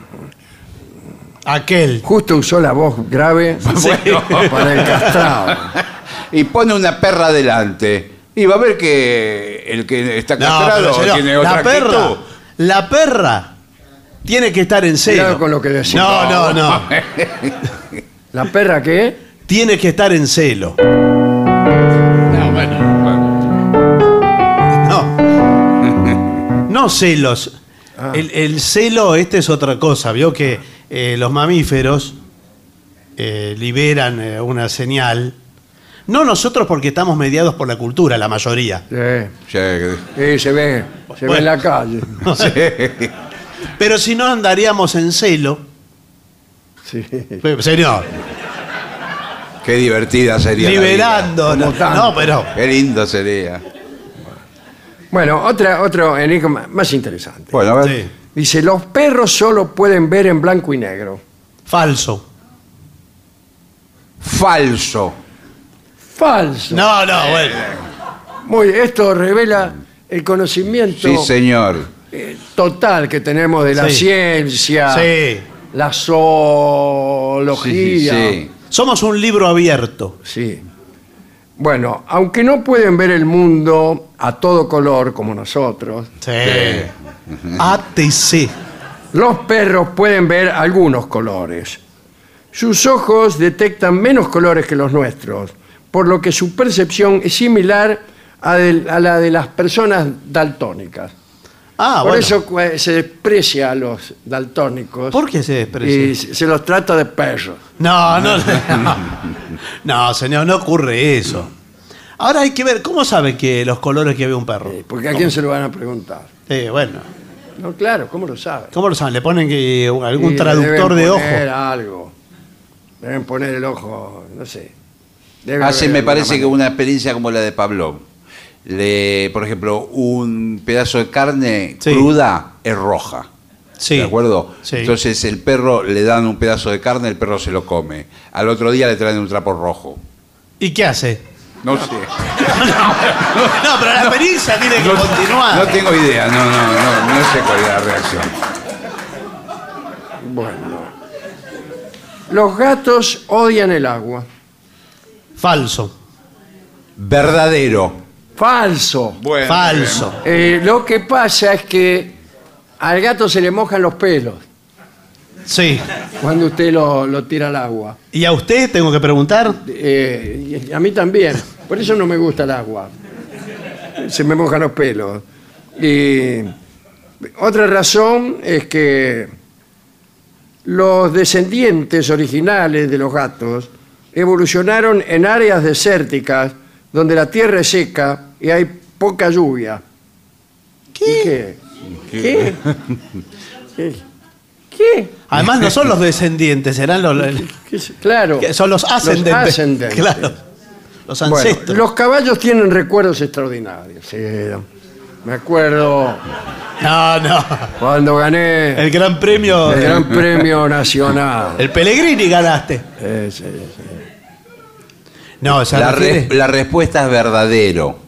Aquel. justo usó la voz grave para el castrado. Y pone una perra adelante. Y va a ver que el que está No, castrado pero señor, tiene otra la perra, actitud. la perra Tiene que estar en celo. Cuidado con lo que decís. No, no, no. ¿La perra qué? Tiene que estar en celo. No, bueno. No. No celos. Ah. El, el celo, este es otra cosa. Vio que eh, los mamíferos eh, liberan eh, una señal. No nosotros porque estamos mediados por la cultura, la mayoría. Sí, Sí, sí, se ve, se ve Bueno. en la calle. sí. Pero si no andaríamos en celo. Sí. Señor, Qué divertida sería. la liberando. Como No, tanto. no, pero. vida. Qué lindo sería. Bueno, otra, otro enigma más interesante. Bueno, a ver. Sí. Dice, los perros solo pueden ver en blanco y negro. Falso. Falso. Falso. No, no, bueno. Muy, esto revela el conocimiento Sí, señor. eh, total que tenemos de la Sí. ciencia, Sí. la Sí, zoología. sí. Somos un libro abierto. Sí. Bueno, aunque no pueden ver el mundo a todo color como nosotros, Sí. A T C. los perros pueden ver algunos colores. Sus ojos detectan menos colores que los nuestros, por lo que su percepción es similar a, del- a la de las personas daltónicas. Ah, por bueno. eso cu- se desprecia a los daltónicos ¿Por qué se desprecia? y se se los trata de perros. No, no, no. No, señor, no ocurre eso. Ahora hay que ver, ¿cómo sabe que los colores que ve un perro? Eh, Porque a quién se lo van a preguntar. Sí, bueno. No, claro, ¿cómo lo sabe? ¿Cómo lo saben? ¿Le ponen que, algún Y traductor deben de ojo? poner algo. Deben poner el ojo, no sé. Debe Hace, haber me alguna parece que manera. una experiencia como la de Pavlov. Le, por ejemplo, un pedazo de carne Sí. cruda es roja. Sí. ¿De acuerdo? Sí. Entonces el perro le dan un pedazo de carne, el perro se lo come. Al otro día le traen un trapo rojo. ¿Y qué hace? No sé. No, pero la experiencia tiene que continuar. No tengo idea, no, no, no, no sé cuál es la reacción. Bueno. Los gatos odian el agua. Falso. Verdadero. Falso. Bueno, Falso. Eh, lo que pasa es que al gato se le mojan los pelos Sí. cuando usted lo, lo tira al agua. ¿Y a usted tengo que preguntar? Eh, y a mí también. Por eso no me gusta el agua. Se me mojan los pelos. Y otra razón es que los descendientes originales de los gatos evolucionaron en áreas desérticas donde la tierra es seca y hay poca lluvia. ¿Qué? ¿Qué? ¿Qué? ¿Qué? ¿Qué? Además no son los descendientes, serán los... ¿Qué es? Claro. que son los ascendentes. Los ascendentes. Claro. Los Bueno, ancestros. los caballos tienen recuerdos extraordinarios. Sí, me acuerdo No, no. cuando gané El gran premio... el Gran Premio Nacional. El Pellegrini ganaste. Eh, sí, sí. No, se La, refiere- re- la respuesta es verdadero.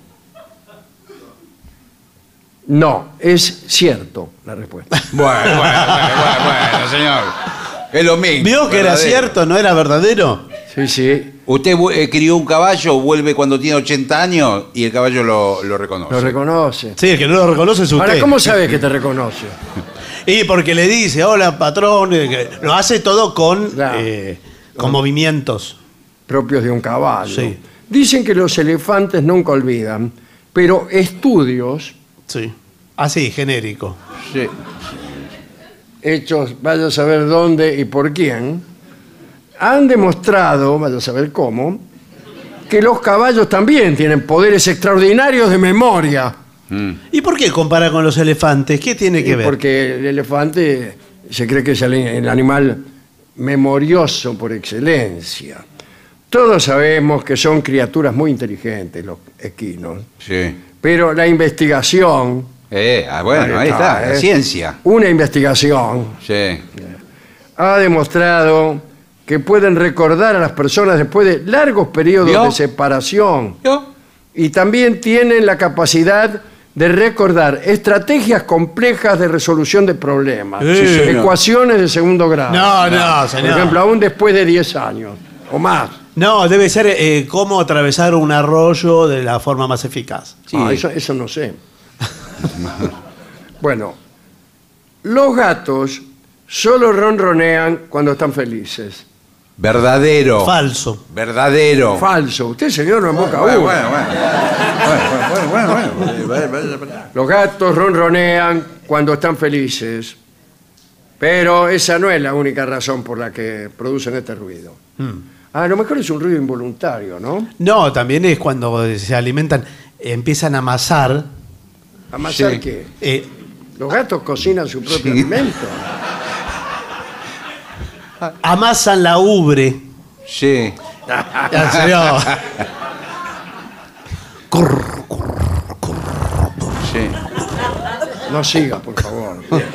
No, es cierto la respuesta. Bueno, bueno, bueno, bueno, bueno, señor. Es lo mismo. ¿Vio que era verdadero. cierto, no era verdadero? Sí, sí, Usted vu- eh, crió un caballo, vuelve cuando tiene ochenta años y el caballo lo, lo reconoce. lo reconoce. Sí, el que no lo reconoce es usted. Ahora, ¿cómo sabes que te reconoce? Y porque le dice, hola patrón, eh, que lo hace todo con, Claro. eh, con movimientos. Propios de un caballo. Sí. Dicen que los elefantes nunca olvidan, pero estudios Sí. Así, genérico. Sí. hechos, vaya a saber dónde y por quién, han demostrado, vaya a saber cómo, que los caballos también tienen poderes extraordinarios de memoria. ¿Y por qué compara con los elefantes? ¿Qué tiene que Eh, ver? Porque el elefante se cree que es el, el animal memorioso por excelencia. Todos sabemos que son criaturas muy inteligentes los equinos, Sí. pero la investigación, Eh, ah, bueno, ahí está, la ¿eh? ciencia. una investigación Sí. ha demostrado que pueden recordar a las personas después de largos periodos ¿Vio? de separación ¿Yo? y también tienen la capacidad de recordar estrategias complejas de resolución de problemas, Sí, señor. ecuaciones de segundo grado. No, no, Por señor. ejemplo, aún después de diez años o más. No, debe ser eh, cómo atravesar un arroyo de la forma más eficaz. Sí. Ah, eso, eso no sé. Bueno, Los gatos solo ronronean cuando están felices. Verdadero. Falso. Verdadero. Falso. Usted, señor, no emboca Bueno, uno. bueno, bueno. Bueno, bueno, bueno, bueno. Vaya, vaya, vaya. Los gatos ronronean cuando están felices. Pero esa no es la única razón por la que producen este ruido. A lo mejor es un ruido involuntario, ¿no? No, también es cuando se alimentan, empiezan a amasar. ¿Amasar Sí. qué? eh, Los gatos cocinan su propio Sí. alimento. amasan la ubre. Sí. Ya, señor. Sí. No siga, por favor.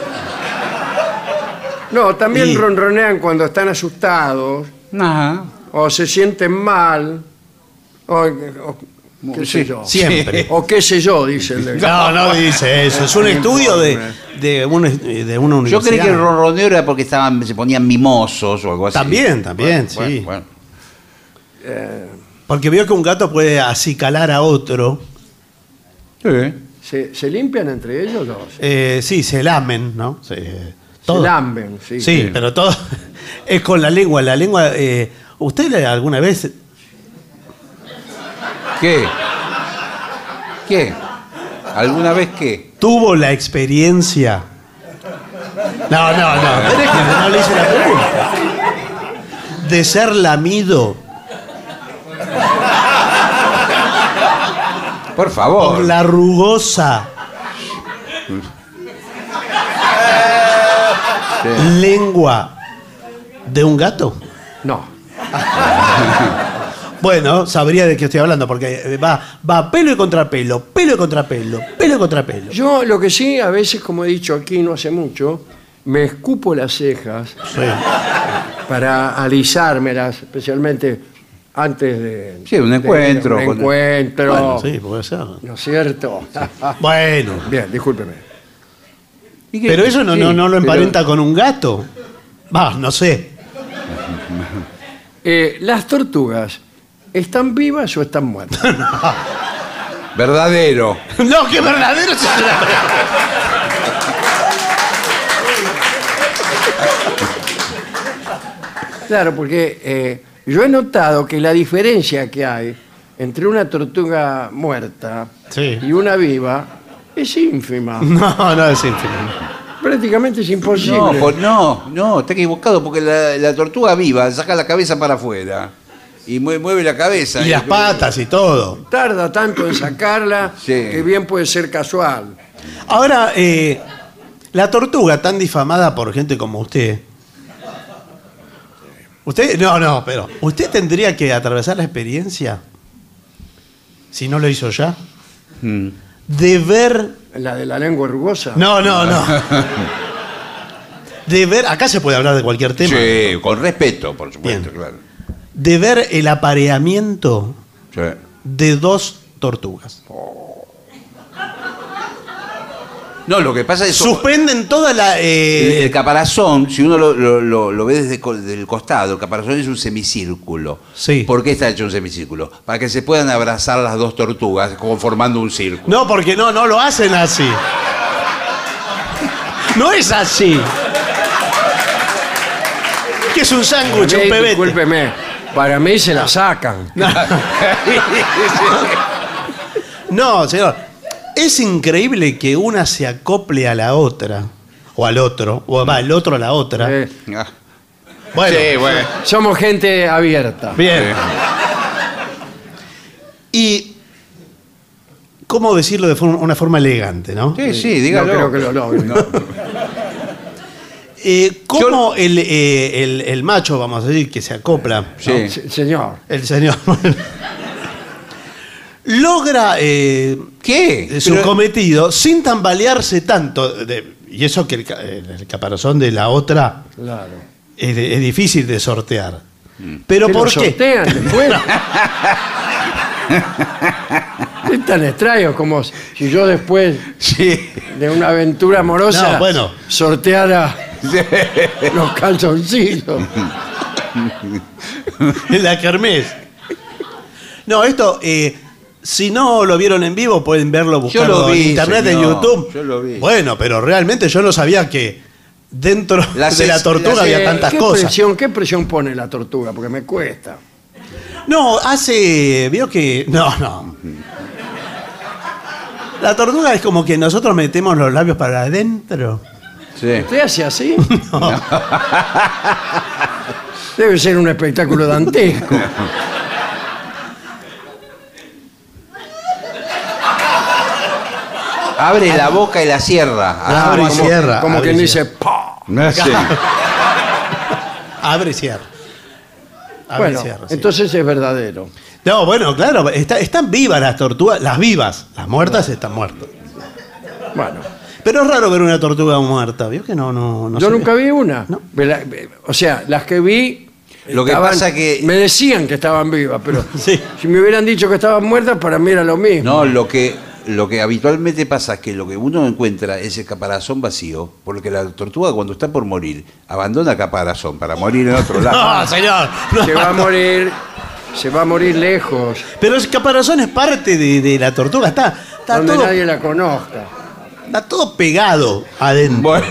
No, también Y- ronronean cuando están asustados Ajá. o se sienten mal o, o qué sé Sí, yo. Siempre. O qué sé yo, dice el No, no dice eso. Es un estudio de, de, un- de una Yo universidad. creí que el ronroneo era porque estaban, se ponían mimosos o algo así. También, también, Bueno, sí. bueno, Porque vio que un gato puede acicalar a otro. bueno. Sí. ¿Se, se limpian entre ellos dos? Eh, sí, se lamen, ¿no? Sí, Se lamben, sí. Sí, pero todo es con la lengua. La lengua. eh, ¿Usted alguna vez ¿Qué? ¿Qué? ¿Alguna vez qué? tuvo la experiencia? No, no, no. Déjeme, no le hice la pregunta. De ser lamido Por favor. por la rugosa Sí. lengua de un gato. No. Bueno, sabría de qué estoy hablando, porque va, va pelo y contrapelo, pelo y contrapelo, pelo y contrapelo. Yo lo que sí, a veces, como he dicho aquí no hace mucho, me escupo las cejas Sí. para alisármelas, especialmente antes de... Sí, un de- encuentro un con- encuentro, Bueno, sí, puede ser. ¿no es cierto? Bueno, Bien, discúlpeme. ¿Y qué? pero eso no, Sí, no, no lo pero- emparenta con un gato. Va, no sé. Eh, ¿Las tortugas están vivas o están muertas? Verdadero. No, qué verdadero es Claro, porque eh, yo he notado que la diferencia que hay entre una tortuga muerta Sí. y una viva es ínfima. No, no es ínfimo. Prácticamente es imposible. No, por- no, no, está equivocado porque la, la tortuga viva saca la cabeza para afuera y mue- mueve la cabeza. Y las patas y todo. Tarda tanto en sacarla Sí. que bien puede ser casual. Ahora, eh, la tortuga tan difamada por gente como usted. Usted, no, no, pero usted tendría que atravesar la experiencia, si no lo hizo ya, Mm. de ver. La de la lengua rugosa. No, no, no. De ver. Acá se puede hablar de cualquier tema. Sí, con respeto, por supuesto, Bien. claro. De ver el apareamiento Sí. de dos tortugas. No, lo que pasa es que Suspenden toda la. el, eh, el caparazón, si uno lo, lo- lo- lo ve desde co- del costado, el caparazón es un semicírculo. Sí. ¿Por qué está hecho un semicírculo? Para que se puedan abrazar las dos tortugas como formando un círculo. No, porque no, no lo hacen así. No es así. Que es un sándwich, un Sí, pebete. discúlpeme, para mí se la sacan. No, señor. Es increíble que una se acople a la otra. O al otro. O va, el otro a la otra. Eh, Ah. Bueno, Sí, bueno. somos gente abierta. bien. Y. ¿Cómo decirlo de forma- una forma elegante, no? Sí, sí, dígalo. No creo que lo logren. Eh, ¿Cómo el, eh, el- el macho, vamos a decir, que se acopla, ¿no? Sí. Se- Señor, el señor, logra eh, ¿Qué? su Pero- cometido sin tambalearse tanto? de- y eso que el, ca- el caparazón de la otra claro. es, de- es difícil de sortear. ¿Pero ¿Qué por lo qué? sortean después? Es tan extraño como si yo después Sí. de una aventura amorosa No, bueno. sorteara los calzoncillos. En la kermés. No, esto, eh, Si no lo vieron en vivo, pueden verlo buscando Yo lo vi, en internet, señor, en YouTube. yo lo vi. Bueno, pero realmente yo no sabía que dentro Las de la es- tortuga las- había Eh, tantas ¿qué cosas. Presión, ¿Qué presión pone la tortuga? Porque me cuesta. No, hace. Vio que. No, no. La tortuga es como que nosotros metemos los labios para adentro. Sí. ¿Usted hace así? Debe ser un espectáculo dantesco. Abre la boca y la cierra. Ah, abre y como, cierra, Como abre quien y dice, ¡pah! No sé. Abre y cierra. Abre Bueno, y cierra, sí. entonces es verdadero. No, bueno, claro, está- están vivas las tortugas, las vivas, las muertas están muertas. Bueno, Pero es raro ver una tortuga muerta, ¿vio que no? no, no yo se nunca ve? vi una. No. Me la- O sea, las que vi. Lo que estaban- pasa que- Me decían que estaban vivas, pero Sí. si me hubieran dicho que estaban muertas, para mí era lo mismo. No, lo que, lo que habitualmente pasa es que lo que uno encuentra es el caparazón vacío, porque la tortuga cuando está por morir abandona caparazón para morir en otro lado. No, señor. no. Se va a morir. Se va a morir lejos, Pero el caparazón es parte de, de la tortuga, está, está, donde todo, nadie la conozca. está todo pegado adentro. Bueno,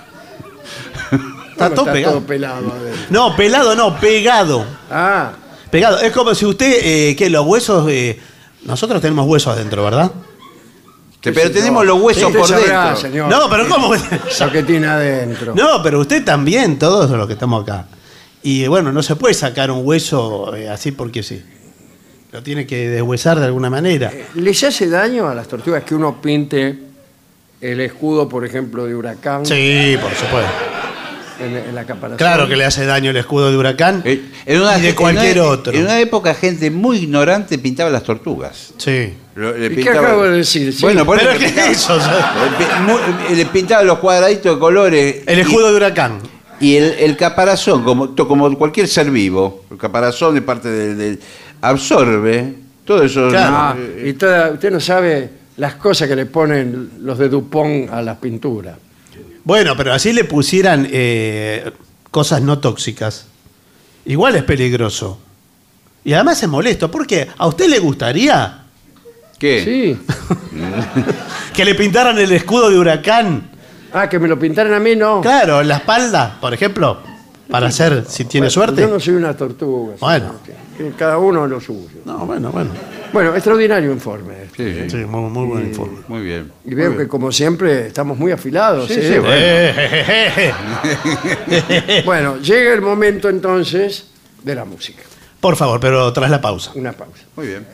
Está ¿Cómo todo está pegado. todo pelado adentro? No, pelado no, pegado. Ah, Pegado. Es como si usted, eh, que los huesos, eh, nosotros tenemos huesos adentro, ¿verdad? pero tenemos los huesos usted por sabrá, dentro. señor. No, pero ¿cómo? Lo que tiene adentro. No, pero usted también, todos los que estamos acá. Y bueno, no se puede sacar un hueso eh, así porque sí. Lo tiene que deshuesar de alguna manera. ¿Les hace daño a las tortugas que uno pinte el escudo, por ejemplo, de Huracán Sí, por supuesto. en, en la caparazón? Claro que le hace daño el escudo de Huracán Eh, en una- y de en cualquier una- otro. En una época gente muy ignorante pintaba las tortugas. Sí. Lo- le ¿Y qué pintaba- acabo de decir? Sí. Bueno, por Pero eso ¿qué le pintaba- es eso? le pi- mu- le pintaba los cuadraditos de colores. El y- escudo de Huracán. Y el, el caparazón, como, to- como cualquier ser vivo, el caparazón es parte del. del- absorbe todo eso. Claro. Ah, eh, y toda- usted no sabe las cosas que le ponen los de Dupont a las pinturas. Bueno, pero así le pusieran eh, cosas no tóxicas. Igual es peligroso. Y además es molesto. Porque ¿a usted le gustaría ¿Qué? Sí. que le pintaran el escudo de Huracán? Ah, que me lo pintaran a mí, no. Claro, en la espalda, por ejemplo, para hacer, si tiene Bueno, suerte. Yo no soy una tortuga. Bueno. Que cada uno lo suyo. No, bueno, bueno. Bueno, extraordinario informe. este. Sí, sí. Sí, muy, muy buen informe. Muy bien. Y veo que, como siempre, estamos muy afilados. Sí, ¿eh? sí, bueno. Eh, jejeje. Bueno, llega el momento entonces de la música. Por favor, pero tras la pausa. Una pausa. Muy bien.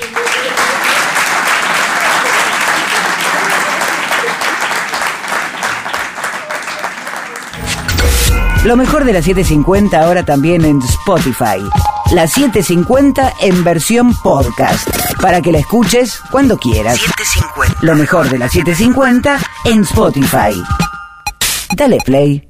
Lo mejor de la setecientos cincuenta ahora también en Spotify. La setecientos cincuenta en versión podcast. Para que la escuches cuando quieras. Lo mejor de la setecientos cincuenta en Spotify. Dale play.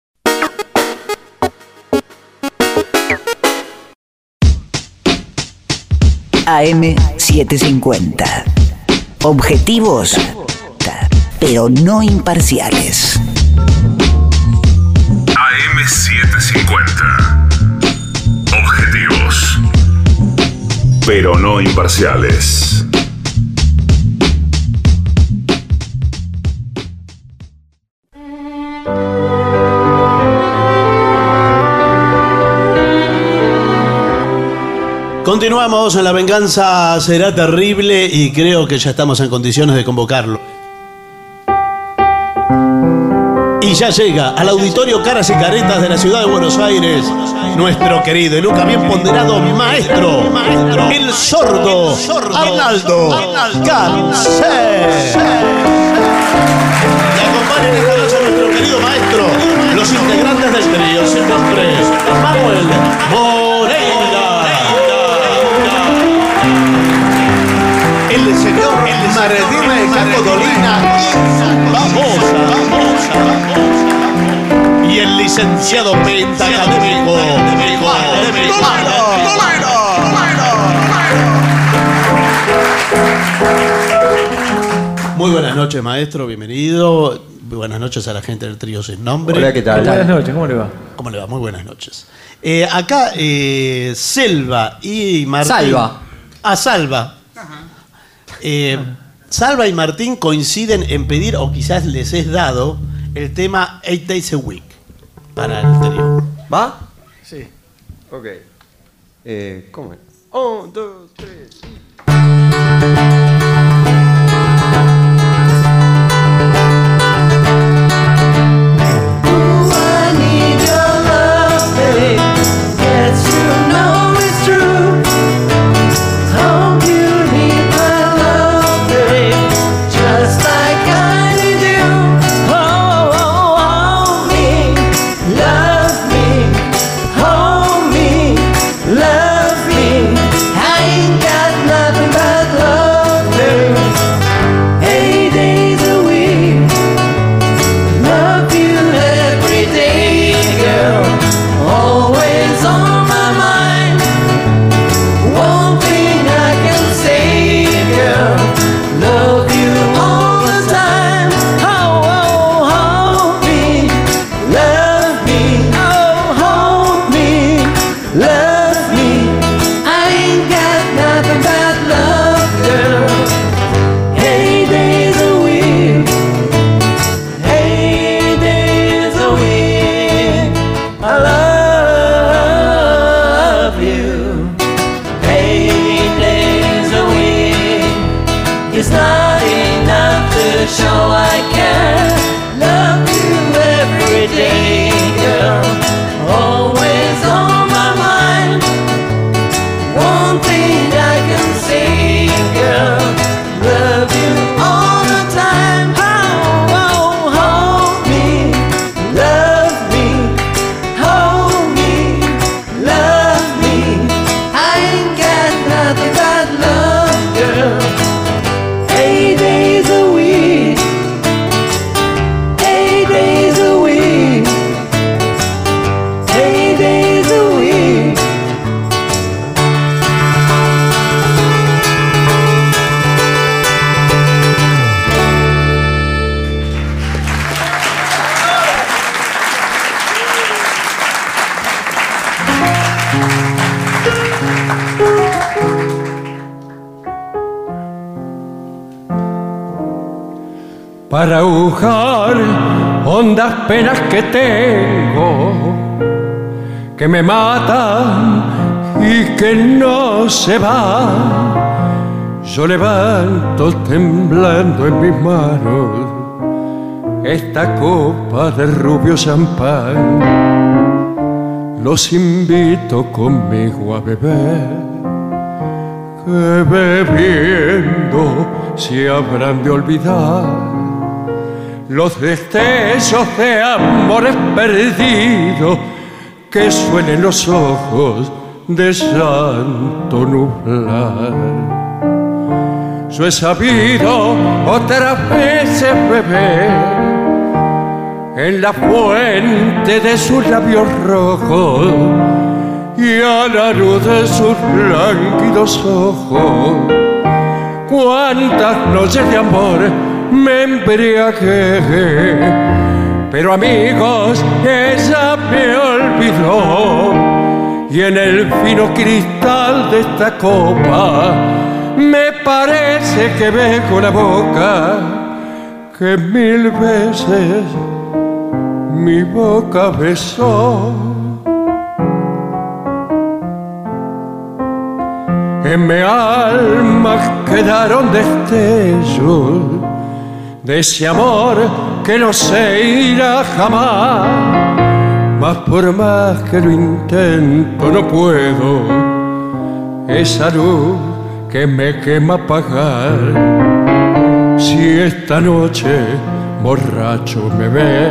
A M setecientos cincuenta. Objetivos, pero no imparciales. A M setecientos cincuenta. Objetivos, pero no imparciales. Continuamos en La Venganza Será Terrible y creo que ya estamos en condiciones de convocarlo. Y ya llega al Auditorio Caras y Caretas de la Ciudad de Buenos Aires nuestro querido y nunca bien ponderado maestro, el sordo Arnaldo Gansé. Y acompañan esta noche a nuestro querido maestro, los integrantes del trío, sin nombre, Manuel Moreira. El señor Maredima de Caco Dolina Babosa. Y el licenciado pentacadémico Muy buenas noches, maestro, bienvenido. Muy buenas noches a la gente del trío sin nombre. Hola, ¿qué tal? Buenas noches, ¿cómo le va? ¿Cómo le va? Muy buenas noches. Eh, acá, eh, Selva y Martín. Salva. Ah, Salva. Eh, Salva y Martín coinciden en pedir, o quizás les es dado, el tema Eight Days a Week para el trío. ¿Va? Sí. Ok. Eh, ¿Cómo es? Un, dos, tres, sí. Para ahogar hondas penas que tengo, que me matan y que no se van, yo levanto temblando en mis manos esta copa de rubio champán. Los invito conmigo a beber, que bebiendo se habrán de olvidar los destellos de amores perdidos que suelen los ojos de santo nublar. Yo he sabido otras veces beber en la fuente de sus labios rojos y a la luz de sus lánguidos ojos. Cuántas noches de amor me embriagué, pero amigos, ella me olvidó, y en el fino cristal de esta copa me parece que ve con la boca que mil veces mi boca besó. En mi alma quedaron destellos de ese amor que no se irá jamás, mas por más que lo intento no puedo esa luz que me quema apagar. Si esta noche borracho me ve,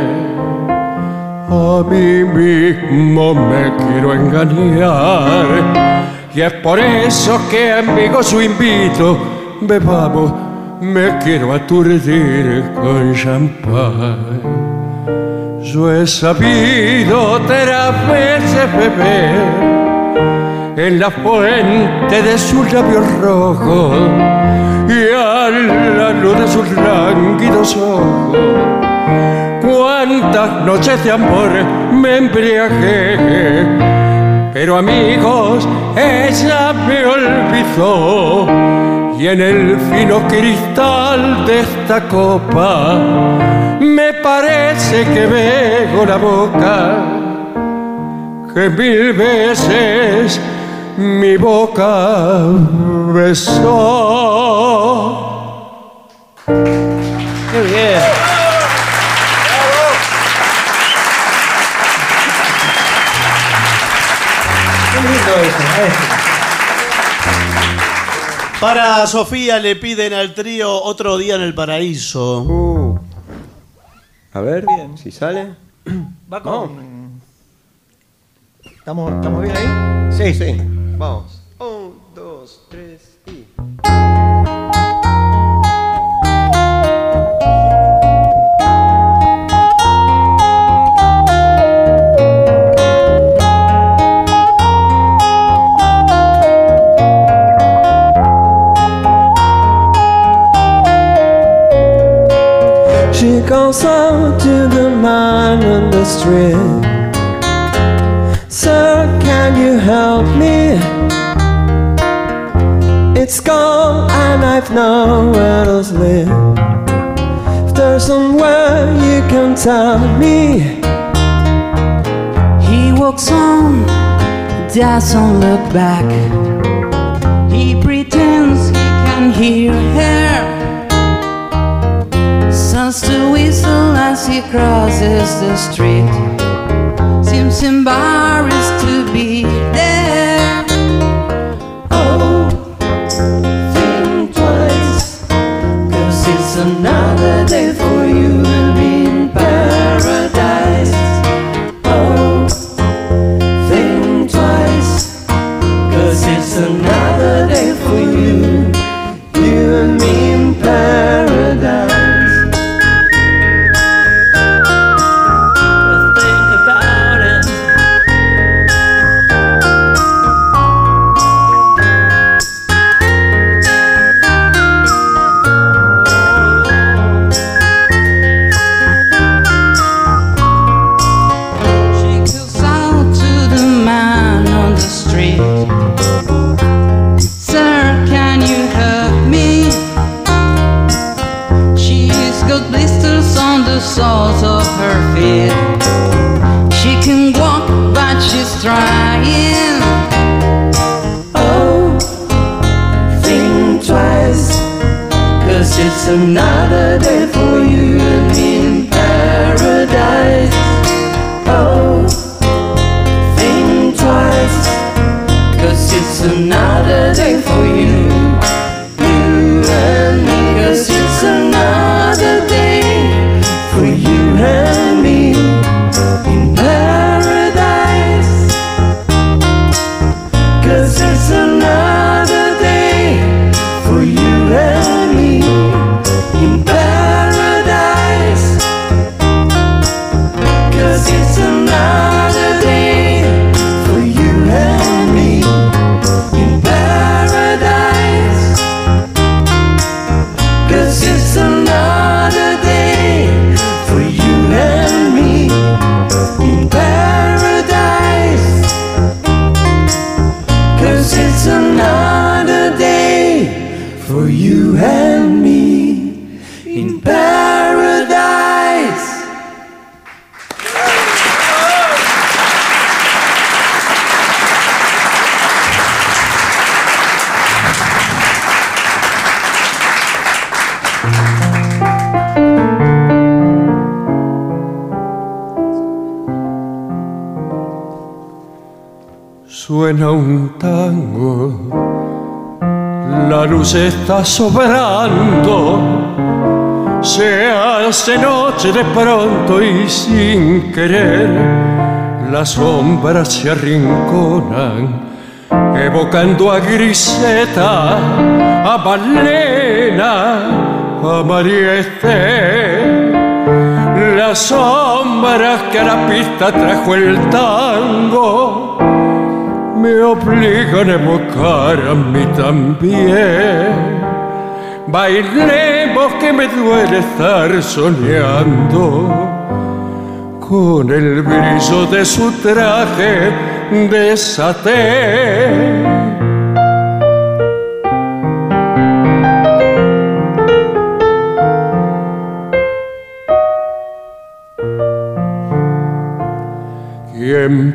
a mí mismo me quiero engañar, y es por eso que amigos yo invito, bebamos, me quiero aturdir con champán. Yo he sabido otras veces beber en la fuente de sus labios rojos y a la luz de sus lánguidos ojos. Cuántas noches de amor me embriagué, pero amigos, ella me olvidó, y en el fino cristal de esta copa me parece que veo la boca que mil veces mi boca besó. ¡Qué bien! ¡Qué lindo eso, maestro! Para Sofía le piden al trío Otro día en el paraíso. Uh. A ver, bien, si sale. Va con... ¿Estamos, ¿Estamos bien ahí? Sí, sí. Vamos. Un, dos, tres y... She goes out to the man on the street. Sir, can you help me? It's gone and I've nowhere to sleep. If there's somewhere you can tell me. He walks on, doesn't look back. He pretends he can hear her. Starts to whistle as he crosses the street. Seems embarrassed to be there. Oh, think twice, 'cause it's another day for you and me in paradise. Oh, think twice, 'cause it's another day for you, you and me in paradise. Soles of her feet. She can walk, but she's trying. Oh, think twice, 'cause it's another day for you and me in paradise. Oh, think twice, 'cause it's another day for you, you and me, 'cause it's another day for you and me in paradise. 'Cause it's another day for you and me in paradise. 'Cause it's another day for you and me in paradise. 'Cause it's another day for you and me in paradise. 'Cause it's another day for you and me in paradise. Suena un tango, la luz está sobrando, se hace noche de pronto y sin querer las sombras se arrinconan, evocando a Griseta, a Malena, a María Esther. Las sombras que a la pista trajo el tango me obligan a evocar a mí también. Bailemos que me duele estar soñando con el brillo de su traje de satén.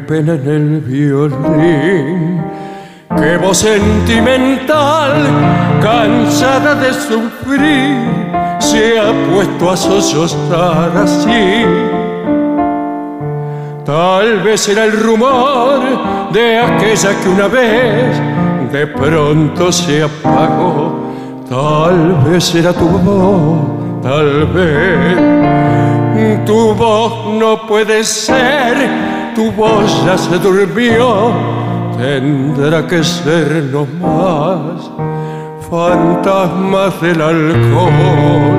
empena en el violín. Qué voz sentimental, cansada de sufrir, se ha puesto a sollozar así. Tal vez era el rumor de aquella que una vez de pronto se apagó. Tal vez era tu voz, tal vez. Tu voz no puede ser, tu voz ya se durmió. Tendrá que ser no más fantasmas del alcohol.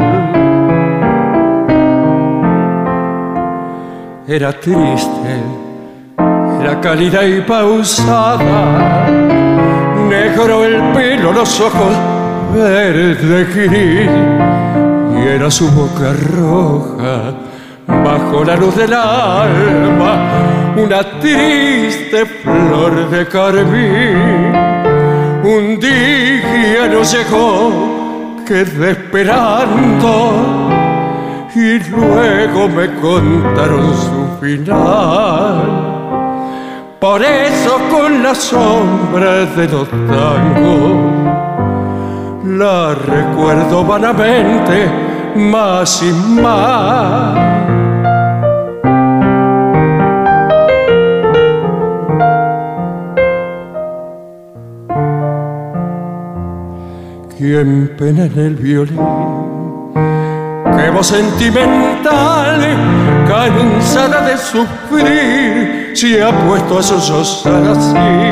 Era triste, era cálida y pausada, negro el pelo, los ojos verde gris, y era su boca roja bajo la luz del alba, una triste flor de carmín. Un día no llegó, quedé esperando, y luego me contaron su final. Por eso con la sombra de los tangos la recuerdo vanamente más y más. Quien pena en el violín, qué voz sentimental, cansada de sufrir, se ha puesto a sollozar así.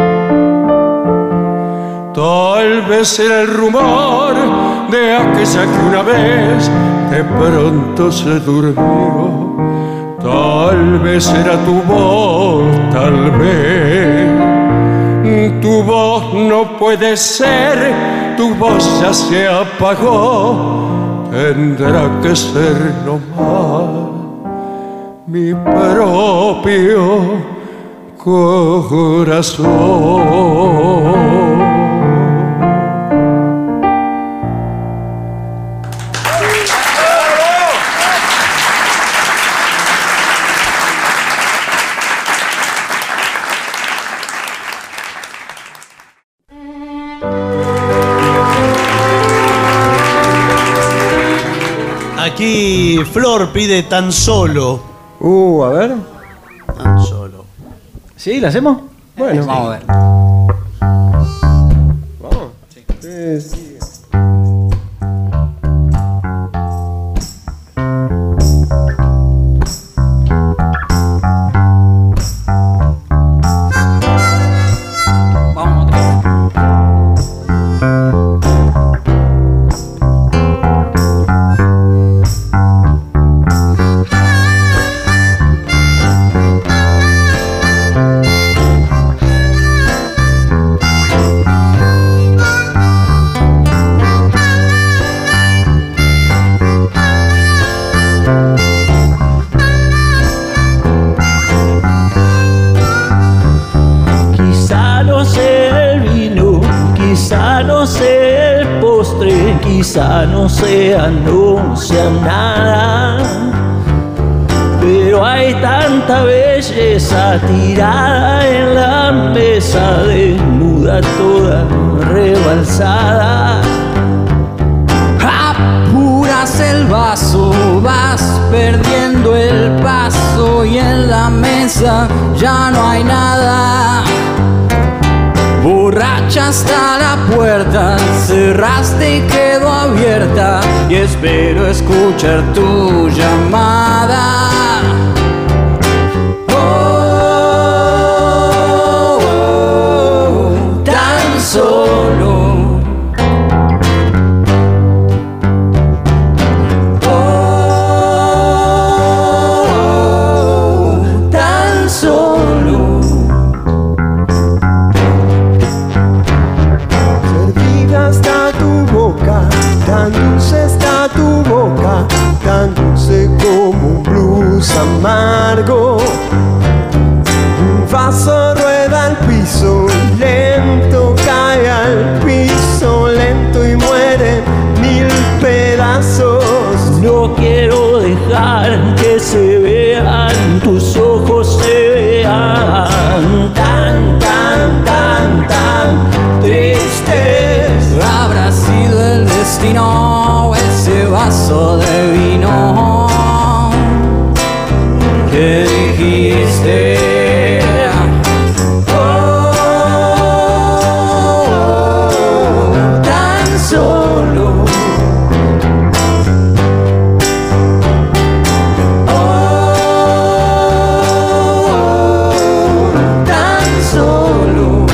Tal vez era el rumor de aquella que una vez de pronto se durmió. Tal vez era tu voz, tal vez. Tu voz no puede ser, tu voz ya se apagó. Tendrá que ser nomás mi propio corazón. Aquí Flor pide Tan Solo. Uh, a ver. Tan Solo. ¿Sí? ¿La hacemos? Bueno. Sí. Vamos a ver. Vamos. Sí. Sí. Quizá no sea, no sea nada, pero hay tanta belleza tirada en la mesa, desnuda toda rebalsada. Apuras el vaso, vas perdiendo el paso y en la mesa ya no hay nada. Borracha hasta la puerta, cerraste y quedó abierta, y espero escuchar tu llamada. Oh, oh, oh, tan solo. Oh, oh, tan solo. Está tu boca, tan dulce está tu boca, tan dulce como un blues amargo. destinó ese vaso de vino que dijiste. Solo oh, tan solo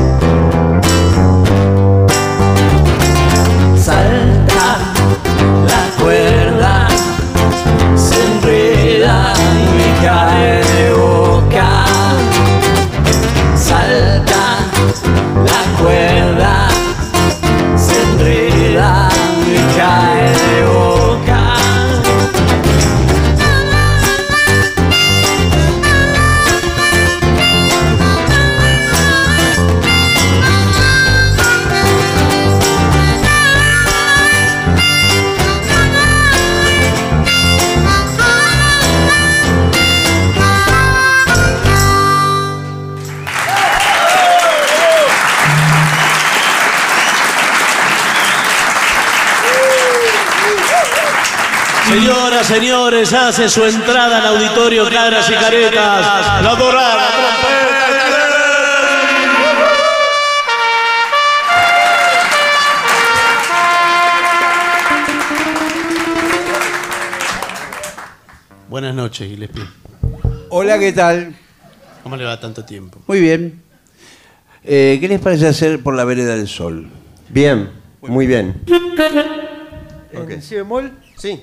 salta la cuerda, se enreda y cae de boca. Salta la cuerda, se enreda y cae de boca. Señoras, señores, hace su entrada al auditorio Caras y Caretas, la dorada trompeta. Buenas noches, Gillespie. Hola, ¿qué tal? ¿Cómo le va tanto tiempo? Muy bien. Eh, ¿Qué les parece hacer por la vereda del sol? Bien, muy bien. ¿En si bemol? Sí.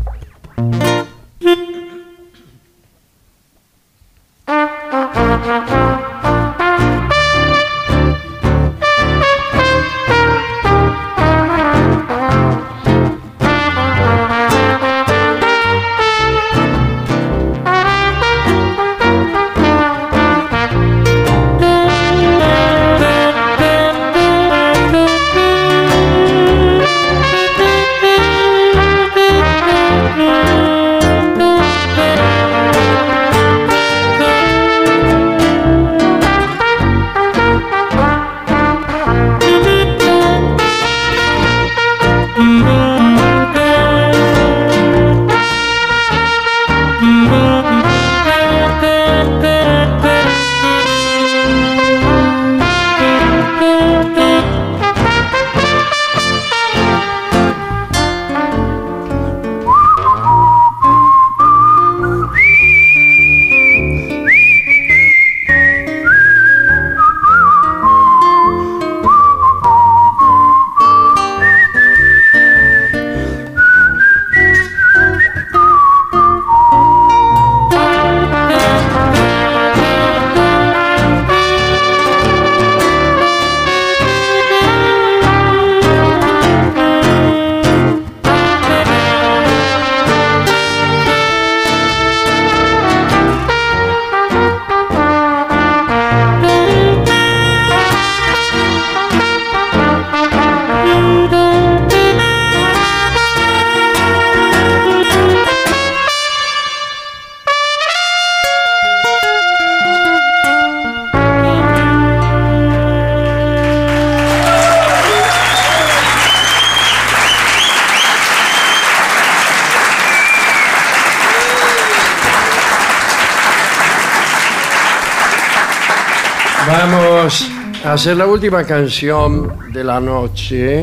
Vamos a hacer la última canción de la noche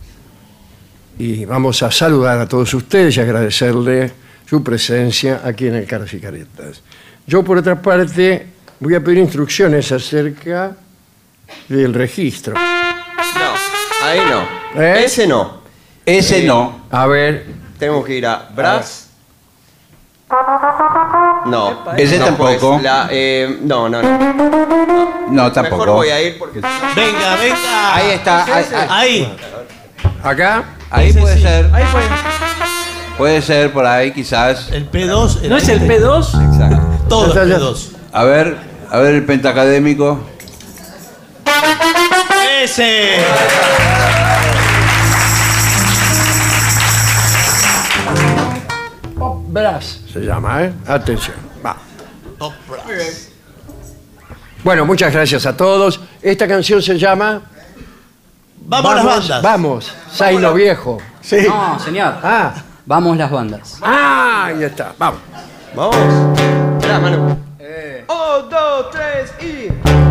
y vamos a saludar a todos ustedes y agradecerle su presencia aquí en el Caras y Caretas. Yo, por otra parte, voy a pedir instrucciones acerca del registro. No, ahí no. ¿Eh? Ese no. Ese Eh, no. A ver, Tengo que ir a Brass. No. Ese no, tampoco. pues, la, eh, no, no, no. No, tampoco. Mejor voy a ir porque... Venga, venga. Ahí está. Ahí, ahí, Ahí. acá. ahí Ese puede sí. ser. Ahí fue. Puede ser por ahí, quizás. El P dos. ¿No es el P dos? Exacto. Todo Ya el está, P ya. dos. A ver, a ver el pentacadémico. Ese. Brass se llama, ¿eh? Atención. Va. Top brass. Bueno, muchas gracias a todos. Esta canción se llama Vamos, las bandas. Vamos, Zaino viejo. Sí. No, señor. Ah, Vamos las bandas. ah, ya está, vamos. Vamos. Esperá, Manu. Un, dos, tres y.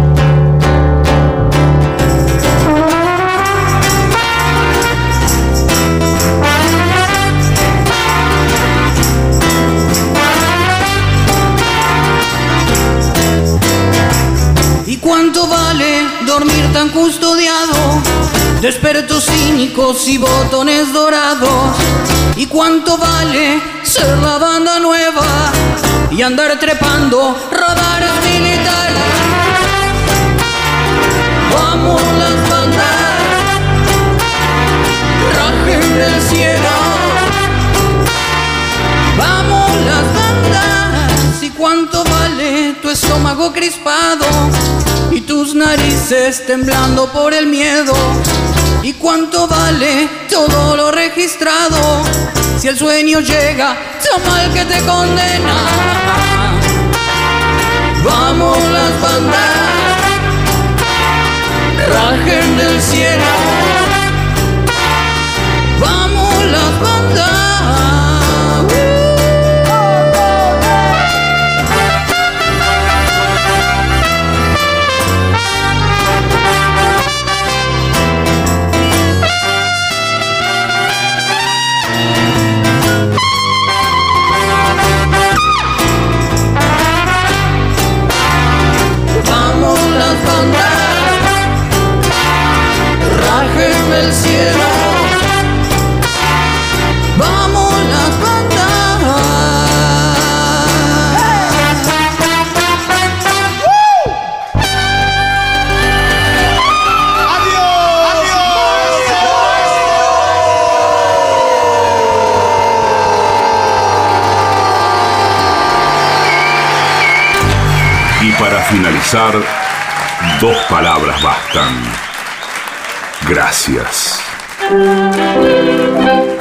¿Y cuánto vale dormir tan custodiado? Despertos cínicos y botones dorados. ¿Y cuánto vale ser la banda nueva y andar trepando radares militares? Vamos las bandas, rajen del cielo. Vamos las bandas. ¿Y cuánto vale tu estómago crispado y tus narices temblando por el miedo? ¿Y cuánto vale todo lo registrado si el sueño llega tan mal que te condena? Vamos las bandas, rajen del cielo. Vamos las bandas. Rajen del cielo. Vamos las bandas. ¡Adiós! Y para finalizar, dos palabras bastan. Gracias.